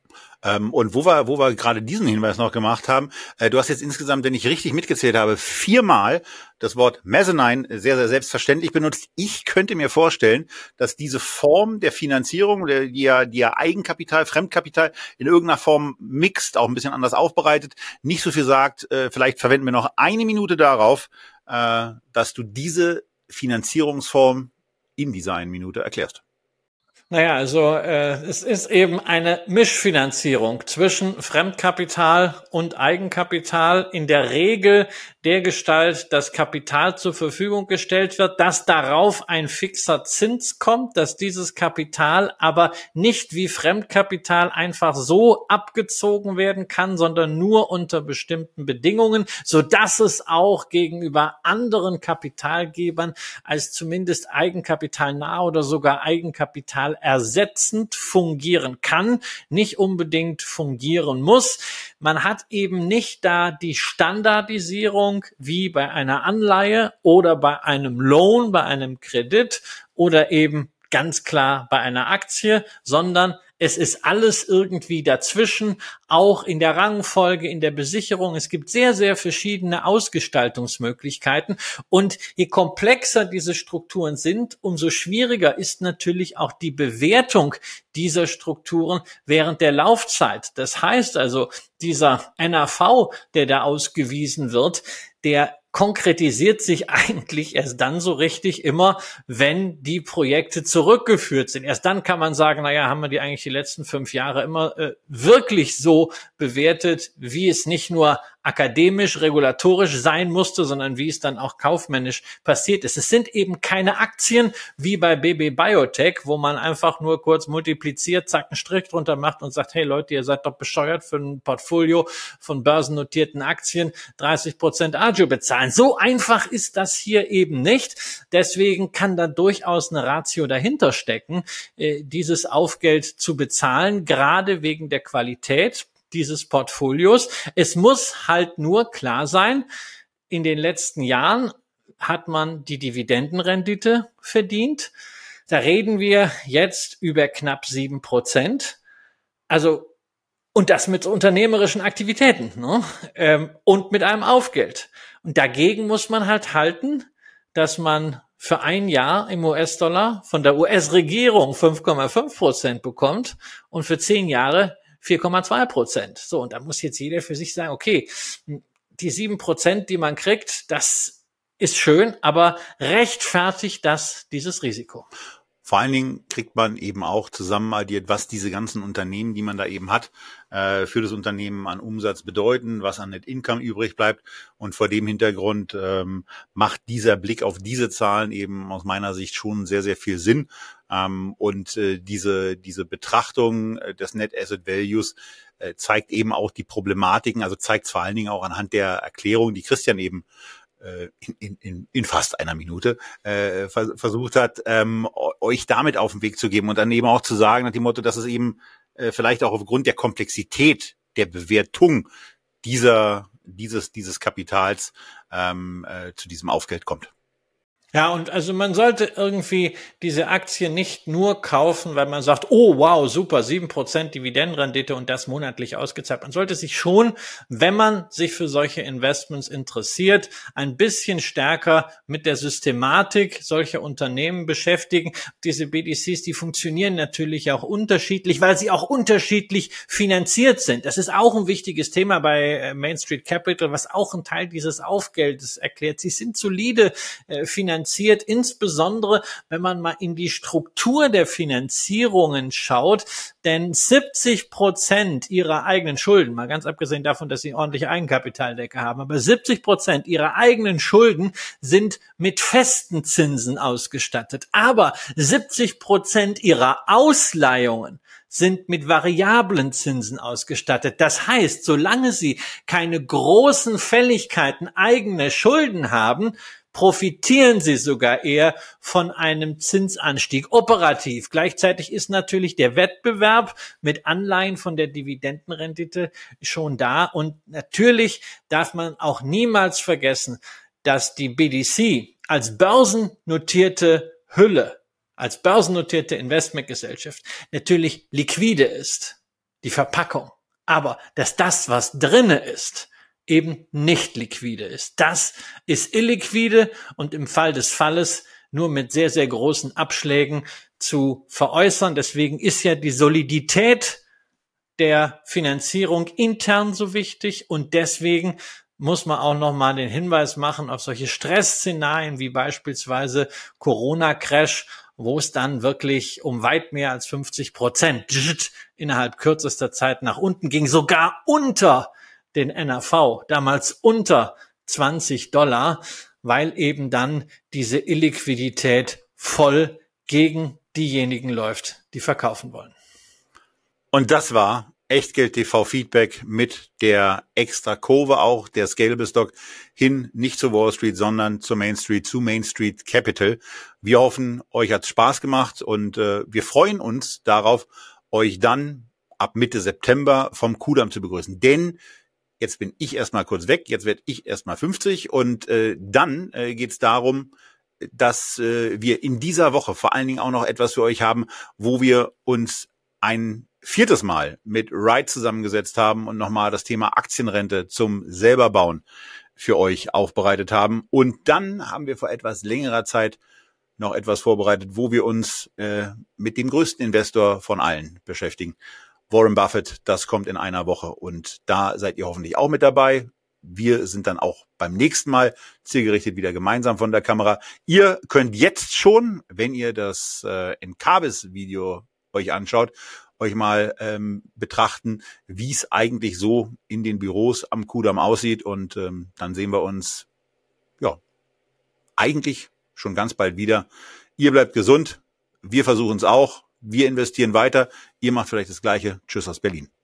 Ähm, und wo wir, wo wir gerade diesen Hinweis noch gemacht haben, äh, du hast jetzt insgesamt, wenn ich richtig mitgezählt habe, viermal das Wort Mezzanine sehr, sehr selbstverständlich benutzt. Ich könnte mir vorstellen, dass diese Form der Finanzierung, die ja, die ja Eigenkapital, Fremdkapital in irgendeiner Form mixt, auch ein bisschen anders aufbereitet, nicht so viel sagt. Äh, vielleicht verwenden wir noch eine Minute darauf, äh, dass du diese Finanzierungsform in dieser einen Minute erklärst. Naja, also äh, es ist eben eine Mischfinanzierung zwischen Fremdkapital und Eigenkapital, in der Regel der Gestalt, dass Kapital zur Verfügung gestellt wird, dass darauf ein fixer Zins kommt, dass dieses Kapital aber nicht wie Fremdkapital einfach so abgezogen werden kann, sondern nur unter bestimmten Bedingungen, so dass es auch gegenüber anderen Kapitalgebern als zumindest eigenkapitalnah oder sogar Eigenkapital ersetzend fungieren kann, nicht unbedingt fungieren muss. Man hat eben nicht da die Standardisierung wie bei einer Anleihe oder bei einem Loan, bei einem Kredit oder eben ganz klar bei einer Aktie, sondern es ist alles irgendwie dazwischen, auch in der Rangfolge, in der Besicherung. Es gibt sehr, sehr verschiedene Ausgestaltungsmöglichkeiten. Und je komplexer diese Strukturen sind, umso schwieriger ist natürlich auch die Bewertung dieser Strukturen während der Laufzeit. Das heißt also, dieser N A V, der da ausgewiesen wird, der konkretisiert sich eigentlich erst dann so richtig immer, wenn die Projekte zurückgeführt sind. Erst dann kann man sagen, naja, haben wir die eigentlich die letzten fünf Jahre immer äh, wirklich so bewertet, wie es nicht nur akademisch, regulatorisch sein musste, sondern wie es dann auch kaufmännisch passiert ist. Es sind eben keine Aktien wie bei B B Biotech, wo man einfach nur kurz multipliziert, zack, einen Strich drunter macht und sagt, hey Leute, ihr seid doch bescheuert, für ein Portfolio von börsennotierten Aktien dreißig Prozent Agio bezahlen. So einfach ist das hier eben nicht. Deswegen kann da durchaus eine Ratio dahinter stecken, dieses Aufgeld zu bezahlen, gerade wegen der Qualität dieses Portfolios. Es muss halt nur klar sein, in den letzten Jahren hat man die Dividendenrendite verdient. Da reden wir jetzt über knapp sieben Prozent. Also, und das mit unternehmerischen Aktivitäten, ne? Ähm, und mit einem Aufgeld. Und dagegen muss man halt halten, dass man für ein Jahr im U S-Dollar von der U S-Regierung fünf Komma fünf Prozent bekommt und für zehn Jahre vier Komma zwei Prozent. So, und da muss jetzt jeder für sich sagen, okay, die sieben Prozent, die man kriegt, das ist schön, aber rechtfertigt das dieses Risiko? Vor allen Dingen kriegt man eben auch zusammenaddiert, was diese ganzen Unternehmen, die man da eben hat, äh, für das Unternehmen an Umsatz bedeuten, was an Net Income übrig bleibt. Und vor dem Hintergrund ähm, macht dieser Blick auf diese Zahlen eben aus meiner Sicht schon sehr, sehr viel Sinn. Ähm, und äh, diese diese Betrachtung äh, des Net Asset Values äh, zeigt eben auch die Problematiken, also zeigt vor allen Dingen auch anhand der Erklärung, die Christian eben In, in, in fast einer Minute äh, versucht hat, ähm, euch damit auf den Weg zu geben und dann eben auch zu sagen, nach dem Motto, dass es eben äh, vielleicht auch aufgrund der Komplexität der Bewertung dieser dieses dieses Kapitals ähm, äh, zu diesem Aufgeld kommt. Ja, und also man sollte irgendwie diese Aktie nicht nur kaufen, weil man sagt, oh wow, super, sieben Prozent Dividendenrendite und das monatlich ausgezahlt. Man sollte sich schon, wenn man sich für solche Investments interessiert, ein bisschen stärker mit der Systematik solcher Unternehmen beschäftigen. Diese B D Cs, die funktionieren natürlich auch unterschiedlich, weil sie auch unterschiedlich finanziert sind. Das ist auch ein wichtiges Thema bei Main Street Capital, was auch ein Teil dieses Aufgeldes erklärt. Sie sind solide äh, finanziert. Finanziert, insbesondere wenn man mal in die Struktur der Finanzierungen schaut, denn siebzig Prozent ihrer eigenen Schulden, mal ganz abgesehen davon, dass sie ordentliche Eigenkapitaldecke haben, aber siebzig Prozent ihrer eigenen Schulden sind mit festen Zinsen ausgestattet, aber siebzig Prozent ihrer Ausleihungen sind mit variablen Zinsen ausgestattet. Das heißt, solange sie keine großen Fälligkeiten eigene Schulden haben, profitieren sie sogar eher von einem Zinsanstieg operativ. Gleichzeitig ist natürlich der Wettbewerb mit Anleihen von der Dividendenrendite schon da. Und natürlich darf man auch niemals vergessen, dass die B D C als börsennotierte Hülle, als börsennotierte Investmentgesellschaft natürlich liquide ist, die Verpackung. Aber dass das, was drinne ist, eben nicht liquide ist. Das ist illiquide und im Fall des Falles nur mit sehr, sehr großen Abschlägen zu veräußern. Deswegen ist ja die Solidität der Finanzierung intern so wichtig und deswegen muss man auch nochmal den Hinweis machen auf solche Stressszenarien wie beispielsweise Corona-Crash, wo es dann wirklich um weit mehr als fünfzig Prozent innerhalb kürzester Zeit nach unten ging, sogar unter den N A V, damals unter zwanzig Dollar, weil eben dann diese Illiquidität voll gegen diejenigen läuft, die verkaufen wollen. Und das war Echtgeld T V Feedback mit der extra Kurve auch, der Scalable Stock hin, nicht zur Wall Street, sondern zur Main Street, zu Main Street Capital. Wir hoffen, euch hat's Spaß gemacht und äh, wir freuen uns darauf, euch dann ab Mitte September vom Kudamm zu begrüßen. Denn jetzt bin ich erstmal kurz weg, jetzt werde ich erstmal fünfzig und äh, dann äh, geht es darum, dass äh, wir in dieser Woche vor allen Dingen auch noch etwas für euch haben, wo wir uns ein viertes Mal mit Ride zusammengesetzt haben und nochmal das Thema Aktienrente zum selberbauen für euch aufbereitet haben. Und dann haben wir vor etwas längerer Zeit noch etwas vorbereitet, wo wir uns äh, mit dem größten Investor von allen beschäftigen. Warren Buffett, das kommt in einer Woche und da seid ihr hoffentlich auch mit dabei. wir sind dann auch beim nächsten Mal zielgerichtet wieder gemeinsam von der Kamera. Ihr könnt jetzt schon, wenn ihr das äh, Encarvis-Video euch anschaut, euch mal ähm, betrachten, wie es eigentlich so in den Büros am Kudamm aussieht. Und ähm, dann sehen wir uns, ja, eigentlich schon ganz bald wieder. Ihr bleibt gesund, wir versuchen es auch, wir investieren weiter, ihr macht vielleicht das Gleiche. Tschüss aus Berlin.